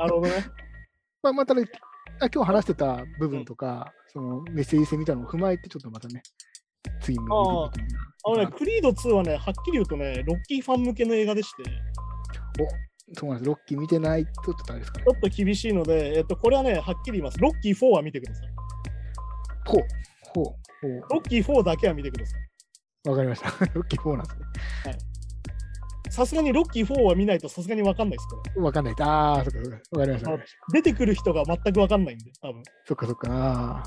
なるほどね。 またね、今日話してた部分とか、そのメッセージ性みたいなのを踏まえて、ちょっとまたね、次も見てみクリード2はね、はっきり言うとね、ロッキーファン向けの映画でして。 そうなんです。ロッキー見てないとちょっとあれですかね。 ちょっと厳しいので、これはね、はっきり言います。ロッキー4は見てください。ロッキー4だけは見てください。 わかりました。ロッキー4なんですね。 はい。さすがにロッキー4は見ないとさすがにわかんないです、これ。わかんない。そっか。わかりました。 出てくる人が全くわかんないんで、多分。 そっか。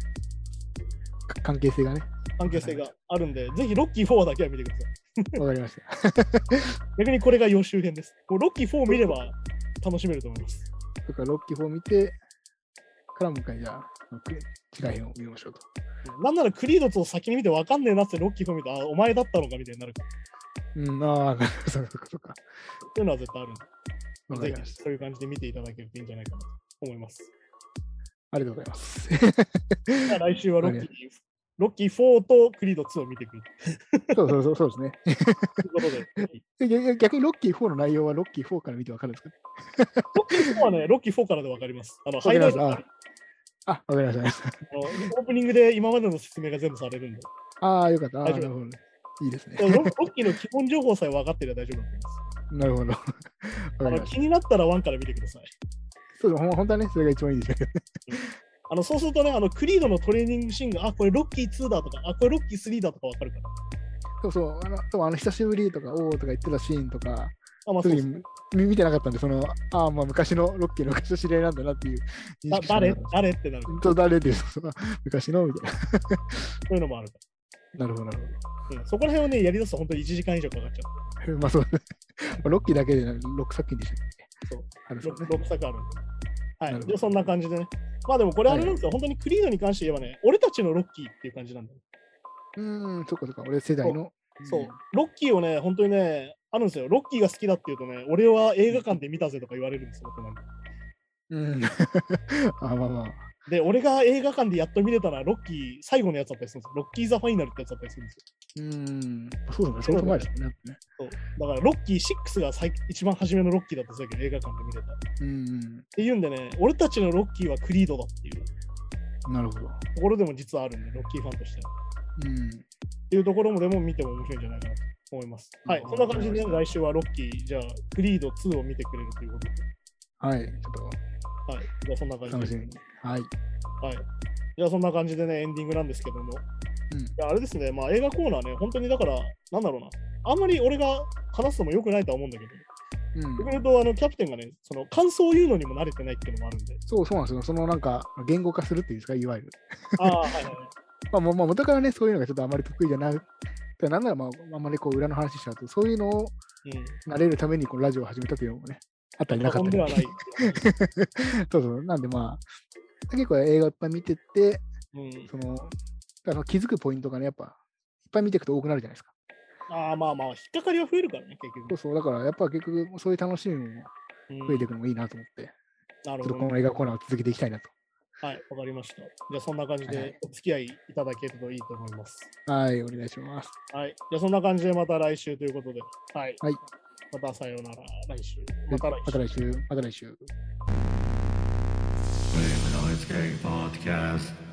関係性がね。 関係性があるんで、ぜひロッキー4だけは見てください。 わかりました。 逆にこれが予習編です。ロッキー4見れば楽しめると思います。 そっか、ロッキー4見て、からもう一回じゃあ、違い編を見ましょうと。 なんならクリード2を先に見てわかんねえなってロッキー4見て、お前だったのかみたいになるから。 そっか。 そういうのは絶対あるんで。ぜひそういう感じで見ていただけるといいんじゃないかなと思います。 ありがとうございます。 来週はロッキー4とクリード2を見てくる。 そうですね。ということで。逆にロッキー4の内容はロッキー4から見てわかるんですか？ ロッキー4はね、ロッキー4からでわかります。ハイライト。 わかりました。 オープニングで今までの説明が全部されるんで。 よかった。なるほど。いいですね。 ロッキーの基本情報さえ分かっていれば大丈夫だと思います。 なるほど。 気になったら1から見てください。 そう、本当はね、それが一番いいですよ。 そうするとね、クリードのトレーニングシーンが、これロッキー2だとか、これロッキー3だとか分かるから。 そう、久しぶりとか、とか言ってたシーンとか、見てなかったんで、昔のロッキーの昔の知り合いなんだなっていう。 誰ってなる。 誰です、昔のみたいな。 そういうのもあるから。 なるほど。 そこら辺をね、やりだすと本当に1時間以上かかっちゃう。 そうね。ロッキーだけで6作品でしたっけ？ そう。6作あるんで。はい。で、そんな感じでね。でもこれあれなんですよ。本当にクリードに関して言えばね、俺たちのロッキーっていう感じなんだよ。 そっか。俺世代の。 そう。ロッキーをね、本当にね、あるんですよ。ロッキーが好きだっていうとね、俺は映画館で見たぜとか言われるんですよ。で、俺が映画館でやっと見れたのはロッキー最後のやつだったりするんですよ。ロッキー・ザ・ファイナルってやつだったりするんですよ。 そうだね。相当前ですね。 そうだからロッキー6が一番初めのロッキーだったんですけど、映画館で見れた。っていうんでね、俺たちのロッキーはクリードだっていう。 なるほど。 ところでも実はあるんで、ロッキーファンとしては。っていうところもでも見ても面白いんじゃないかなと思います。はい、そんな感じで、来週はロッキー、じゃあ、クリード2を見てくれるということで。 はい、ちょっと。 はい、じゃあそんな感じで。 楽しみに。はい。 はい。じゃあそんな感じでね、エンディングなんですけども。いやあれですね、まあ映画コーナーね、本当にだから、なんだろうな。あんまり俺が話すのも良くないとは思うんだけど。逆に言うと、キャプテンがね、その感想を言うのにも慣れてないっていうのもあるんで。 そうなんですよ。そのなんか、言語化するっていうんですか、いわゆる。 はいはい。 まあ元からね、そういうのがちょっとあまり得意じゃない。なんなら、あんまりこう裏の話しちゃうと、そういうのを慣れるためにこのラジオを始めたというのもね、あったりなかったり。そう。なんで結構映画いっぱい見てて、気づくポイントがね、やっぱ、いっぱい見ていくと多くなるじゃないですか。 まあ、引っかかりは増えるからね、結局。 そう、だからやっぱ結局、そういう楽しみも増えていくのもいいなと思って、ちょっとこの映画コーナーを続けていきたいなと。 はい、わかりました。じゃあそんな感じでお付き合いいただけるといいと思います。 はい、お願いします。 はい、じゃあそんな感じでまた来週ということで。はい。 はい、 またさようなら、来週。 また来週。 Flame Noise Gang Podcast.